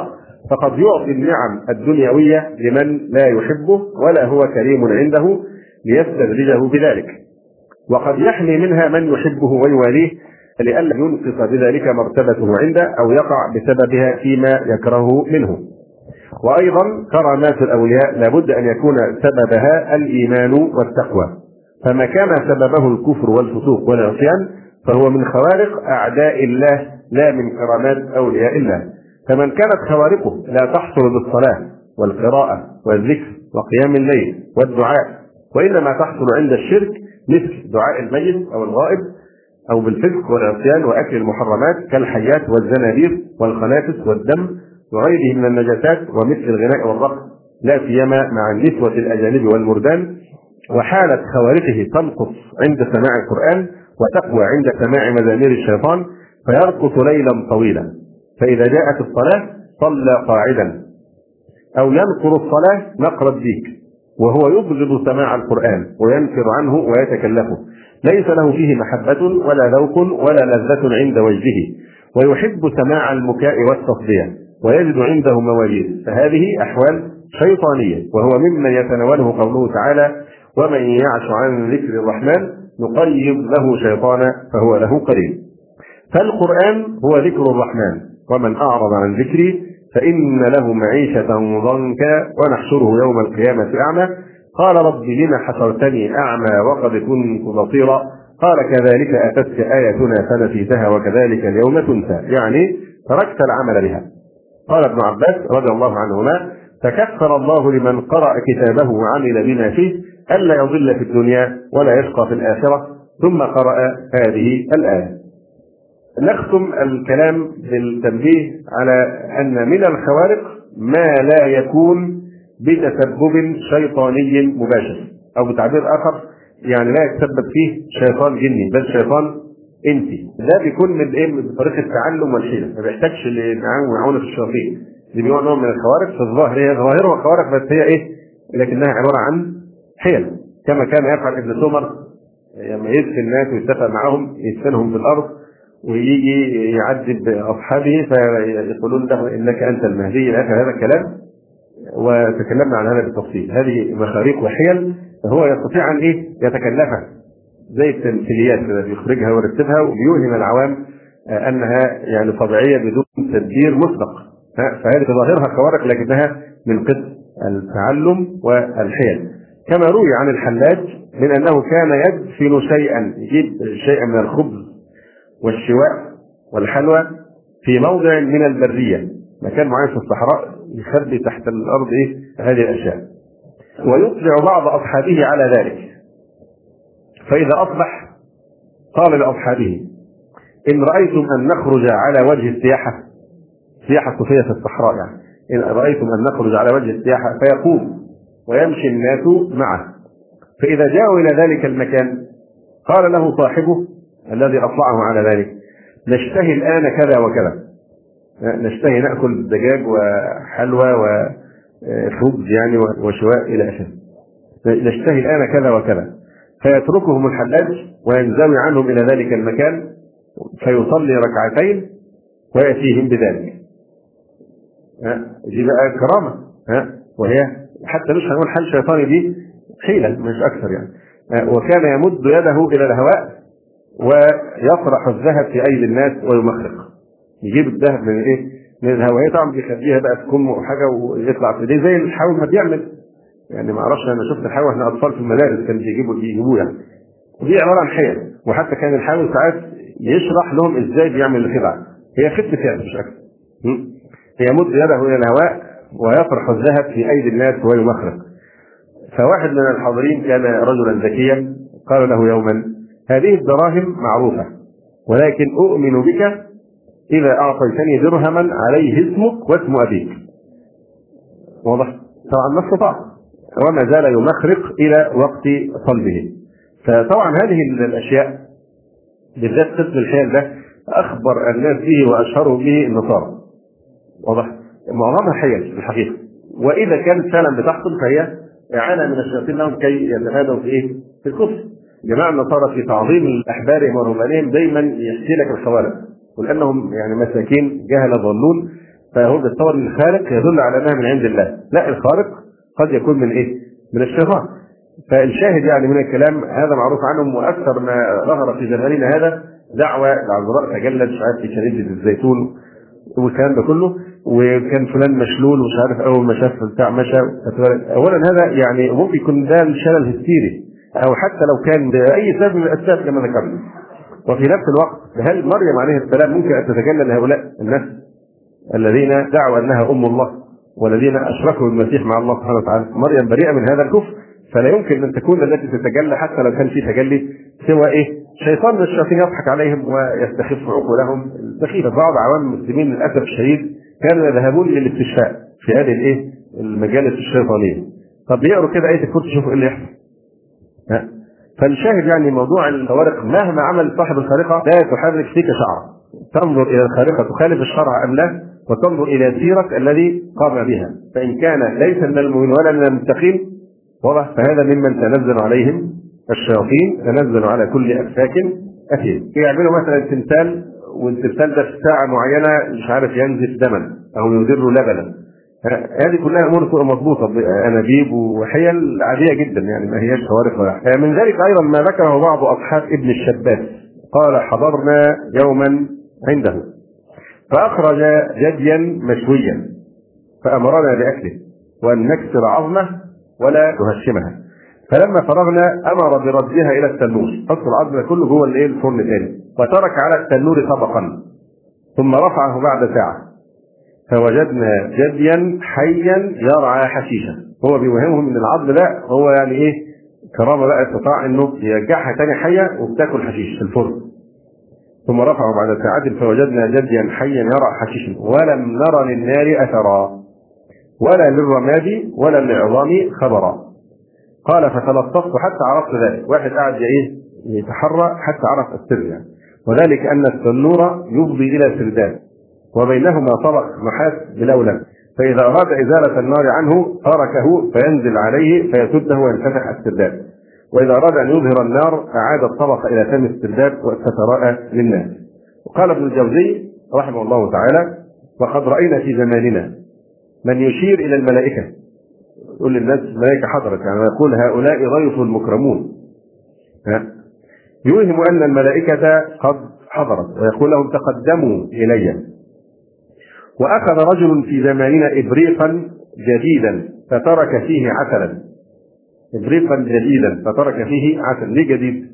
فقد يعطي النعم الدنيوية لمن لا يحبه ولا هو كريم عنده ليستدرجه بذلك، وقد يحمي منها من يحبه ويواليه لئلا ينقص بذلك مرتبته عنده أو يقع بسببها فيما يكرهه منه. وأيضا كرامات الأولياء لابد أن يكون سببها الإيمان والتقوى، فما كان سببه الكفر والفسوق والعصيان فهو من خوارق أعداء الله لا من كرامات أولياء الله. فمن كانت خوارقه لا تحصل بالصلاة والقراءة والذكر وقيام الليل والدعاء، وإنما تحصل عند الشرك مثل دعاء الميت أو الغائب، أو بالفسق والعصيان وأكل المحرمات كالحيات والزنابير والخنافس والدم وغيره من النجاسات، ومثل الغناء والرقص لا سيما مع النسوة الأجانب والمردان. وحالة خوارقه تنقص عند سماع القرآن وتقوى عند سماع مزامير الشيطان فيرقص ليلا طويلا، فإذا جاءت الصلاة صلى قاعدا، أو ينقر الصلاة نقر الديك وهو يبغض سماع القرآن وينكر عنه ويتكلفه، ليس له فيه محبة ولا ذوق ولا لذة عند وجهه، ويحب سماع المكاء والتصدية ويجد عنده مواليد، فهذه أحوال شيطانية، وهو ممن يتناوله قوله تعالى: ومن يعش عن ذكر الرحمن نقيض له شيطانا فهو له قرين. فالقرآن هو ذكر الرحمن، ومن أعرض عن ذكري فإن له معيشة ضنكا ونحشره يوم القيامة أعمى قال رب لم حشرتني أعمى وقد كنت بصيرا قال كذلك أتتك آياتنا فنسيتها وكذلك اليوم تنسى، يعني تركت العمل بها. قال ابن عباس رضي الله عنهما: تكفر الله لمن قرأ كتابه وعمل بما فيه ألا يضل في الدنيا ولا يشقى في الآخرة. ثم قرأ هذه الآية. نختم الكلام بالتنبيه على أن من الخوارق ما لا يكون بتسبب شيطاني مباشر، أو بتعبير آخر يعني لا يتسبب فيه شيطان جني بل شيطان انسي. ده بيكون من طريقة التعلم والحيلة، ما بيحتاجش لمعونة الشياطين. دي بيقول نوع من الخوارق في الظاهر، هي ظاهرها خوارق بس هي لكنها عبارة عن حيل، كما كان يفعل ابن سمر لما يدفن الناس ويتفق معهم يدفنهم في الأرض ويجي يعذب أصحابه فيقولون له إنك أنت المهدي إلى آخر هذا الكلام، وتكلمنا عن هذا بالتفصيل. هذه مخاريق وحيل فهو يستطيع أن يتكلفها زي التمثيليات كده، بيخرجها ويرتبها وبيوهم العوام أنها يعني طبيعية بدون تدبير مسبق. فهذه ظاهرها خوارق لكنها من قسم التعلم والحيل. كما روي عن الحلاج من أنه كان يدفن شيئا، يجيب شيئا من الخبز والشواء والحلوى في موضع من البرية، مكان معين في الصحراء، يخبي تحت الأرض هذه الأشياء، ويطلع بعض أصحابه على ذلك. فإذا أصبح قال لأصحابه: إن رأيتم أن نخرج على وجه السياحة، سياحة صوفية في الصحراء يعني، إن رأيتم أن نخرج على وجه السياحة فيقوم ويمشي الناس معه، فإذا جاءوا إلى ذلك المكان قال له صاحبه الذي أطلعه على ذلك: نشتهي الآن كذا وكذا، نشتهي نأكل دجاج وحلوى وخبز يعني وشواء إلى آخره، نشتهي الآن كذا وكذا. فيتركهم الحلاج وينزوي عنهم إلى ذلك المكان فيصلي ركعتين ويأتيهم بذلك. دي بقى كرامة، وهي حتى مش هنقول حل شيطاني، دي حيلة مش أكثر يعني. وكان يمد يده إلى الهواء ويطرح الذهب في أيدي الناس ويمخرق، يجيب الذهب من الهواء، طبعا بيخليها بقى في كمه وحاجة ويطلع في ايديه زي الحاوي ما بيعمل يعني. ما اعرفش، انا شفت الحاوي احنا اطفال في المدارس كانوا بيجيبوه يعني. ودي عبارة عن حيل، وحتى كان الحاوي ساعات يشرح لهم ازاي بيعمل الخدعة، هي خدمة يعني مش أكثر. يمد يده إلى الهواء ويطرح الذهب في أيدي الناس ويمخرق. فواحد من الحاضرين كان رجلا ذكيا قال له يوما: هذه الدراهم معروفة، ولكن أؤمن بك إذا أعطيتني درهما عليه اسمك واسم أبيك. واضح؟ طبعا ما استطاع، وما زال يمخرق إلى وقت صلبه. فطبعا هذه الأشياء بالذات قسم الحيل ده أخبر الناس به وأشهروا به النصارى. واضح؟ معظمها حيل في الحقيقة، وإذا كانت فعلا بتحصل فهي إعانة من الشياطين لهم كي يتمادوا في الكفر. جماعة النصارى في تعظيم أحبارهم ورهبانهم دايما يحكي لك الخوارق، ولأنهم يعني مساكين جهل ضالون، فهو بيتصور ان الخارق يدل على انها من عند الله، لا، الخارق قد يكون من ايه؟ من الشيطان. فالشاهد يعني من الكلام هذا معروف عنهم. واكثر ما ظهر في زماننا هذا دعوه العذراء تجلد مش عارف في شريط الزيتون والكلام ده كله، وكان فلان مشلول ومش عارف اول ما شاف بتاع مشى. اولا هذا يعني ممكن يكون ده الشلل الهستيري، او حتى لو كان باي سبب من الاسباب كما ذكرنا. وفي نفس الوقت هل مريم عليه السلام ممكن ان تتجلى لهؤلاء الناس الذين دعوا انها ام الله والذين اشركوا بالمسيح مع الله سبحانه وتعالى؟ مريم بريئه من هذا الكفر، فلا يمكن ان تكون التي تتجلى حتى لو كان في تجلي سوى ايه؟ شيطان من الشياطين يضحك عليهم ويستخف عقولهم السخيفه. بعض عوام المسلمين للاسف الشديد كانوا يذهبون للاستشفاء في هذه الايه؟ المجالس الشيطانيه. طب يقروا كده ايه الكرسي يشوفوا ايه اللي يحصل. فالشاهد يعني موضوع الخوارق مهما عمل صاحب الخارقه لا تحرك فيك شعره. تنظر الى الخارقه تخالف الشرع ام لا، وتنظر الى سيره الذي قام بها، فان كان ليس من المؤمنين ولا من المتقين واضح فهذا ممن تنزل عليهم الشياطين، تنزل على كل افاك اثيم. يعملوا مثلا تمثال، والتمثال ده في ساعه معينه مش عارف ينزف دما او يدر لبنا. هذه كلها امور تبقى مضبوطه بانابيب وحيل عاديه جدا، يعني ما هياش خوارق ولا حاجه. من ذلك ايضا ما ذكره بعض اصحاب ابن الشباس، قال حضرنا يوما عنده فاخرج جديا مشويا فامرنا باكله وان نكسر عظمه ولا نهشمها، فلما فرغنا امر بردها الى التنور، حط العظم كله جوه الايه الفرن تاني، وترك على التنور طبقا ثم رفعه بعد ساعه فوجدنا جديا حيا يرعى حشيشا. هو بيوهمهم ان العظم ده هو يعني ايه كرامه بقى، استطاع انه يرجعها تاني حيه وبتاكل حشيش في الفرن. ثم رفعه بعد ساعات فوجدنا جديا حيا يرعى حشيشا ولم نرى للنار اثرا ولا للرماد ولا للعظام خبرا. قال فتلطفت حتى عرفت ذلك. واحد قاعد يتحرى حتى عرف السر يعني. وذلك ان التنور يفضي الى سرداب وبينهما طبق نحاس بلولب، فإذا أراد إزالة النار عنه تركه فينزل عليه فيسده وينفتح السرداب، وإذا أراد أن يظهر النار أعاد الطبق إلى فم السرداب وستراءى للناس. وقال ابن الجوزي رحمه الله تعالى وقد رأينا في زماننا من يشير إلى الملائكة يقول للناس الملائكة حضرت، يعني ويقول هؤلاء ضيف المكرمون، يوهم أن الملائكة قد حضرت ويقول لهم تقدموا إلي. وأخذ رجل في زماننا إبريقا جديدا فترك فيه عسلا. إبريقا جديدا فترك فيه عسل. ليه جديد؟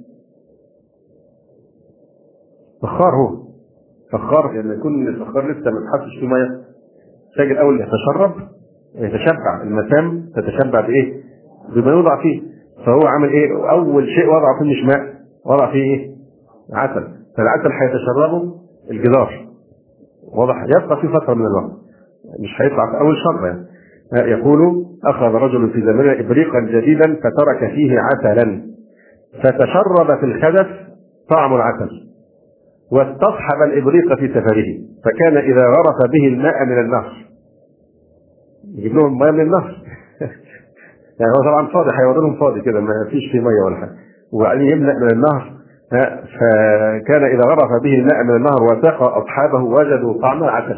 فخار. هو فخار لما يكون الفخار لسه ما اتحطش فيه ميه تجد اول يتشبع المسام تتشبع بايه؟ بما يوضع فيه. فهو عمل ايه؟ اول شيء وضع فيه مش ماء، وضع فيه ايه؟ عسل. فالعسل هيتشربه الجدار واضح، يبقى في فتره من الوقت مش هيطلع في اول شهر يعني. يقول اخذ رجل في زماننا ابريقا جديدا فترك فيه عسلا فتشرب في الخدف طعم العسل واستصحب الابريق في سفره، فكان اذا غرف به الماء من النهر يجيب لهم ماء من النهر يعني هو طبعا فاضي هيوري لهم فاضي كده ما فيش فيه ميه ولا حاجه، وبعدين يملأ من النهر. فكان اذا غرف به الماء من النهر وساق اصحابه وجدوا طعم العسل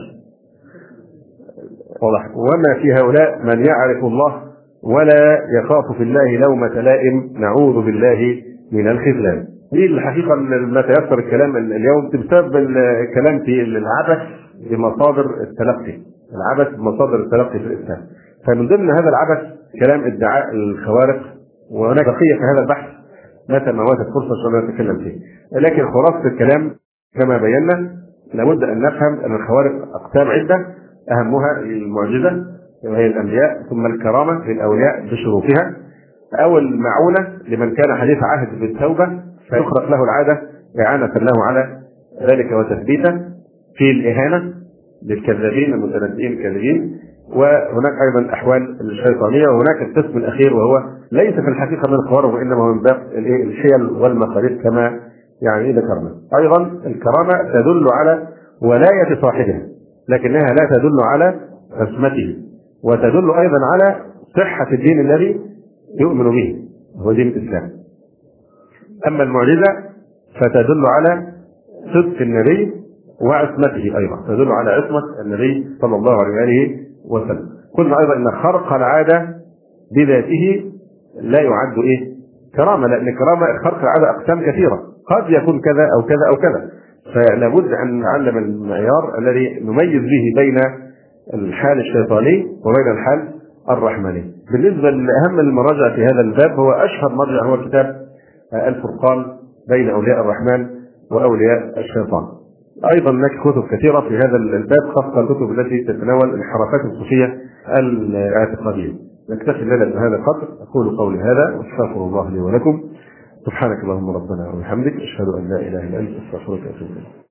واضح. وما في هؤلاء من يعرف الله ولا يخاف في الله لومة لائم، نعوذ بالله من الخذلان. دي الحقيقة ما تيسر الكلام اليوم بسبب الكلام في العبث بمصادر التلقي، العبث بمصادر التلقي في الإسلام. فمن ضمن هذا العبث كلام ادعاء الخوارق، وهناك بقية في هذا البحث متى ما وجدت فرصة عشان نتكلم فيه. لكن خلاصة الكلام كما بينا لابد أن نفهم أن الخوارق أقسام عدة، أهمها المعجزة وهي الأنبياء، ثم الكرامة للأولياء بشروطها، أو المعونة لمن كان حديث عهد بالتوبة فيخرق له العادة إعانة له على ذلك وتثبيتا، في الإهانة للكذابين المتنبئين الكاذبين. وهناك أيضا أحوال الشيطانية. وهناك القسم الأخير وهو ليس في الحقيقة من الخوارق وإنما هو من باب الحيل والمخاريق كما يعني ذكرنا. أيضا الكرامة تدل على ولاية صاحبها لكنها لا تدل على عصمته، وتدل أيضا على صحة الدين الذي يؤمن به هو دين الإسلام. أما المعجزة فتدل على صدق النبي وعصمته أيضا، تدل على عصمة النبي صلى الله عليه وآله وسلم. قلنا أيضا أن خرق العادة بذاته لا يعد كرامة، لأن كرامة خرق العادة أقسام كثيرة، قد يكون كذا أو كذا أو كذا، فلا بد أن نعلم المعيار الذي نميز به بين الحال الشيطاني وبين الحال الرحماني. بالنسبة لأهم المراجع في هذا الباب، هو أشهر مرجع هو كتاب الفرقان بين أولياء الرحمن وأولياء الشيطان. أيضا هناك كتب كثيرة في هذا الباب، خاصة الكتب التي تتناول الانحرافات الصوفية الاعتقادية. نكتفي لنا بهذا القدر. أقول قولي هذا واستغفر الله لي ولكم. سبحانك اللهم ربنا وبحمدك، أشهد أن لا إله إلا أنت، أستغفرك وأتوب إليك.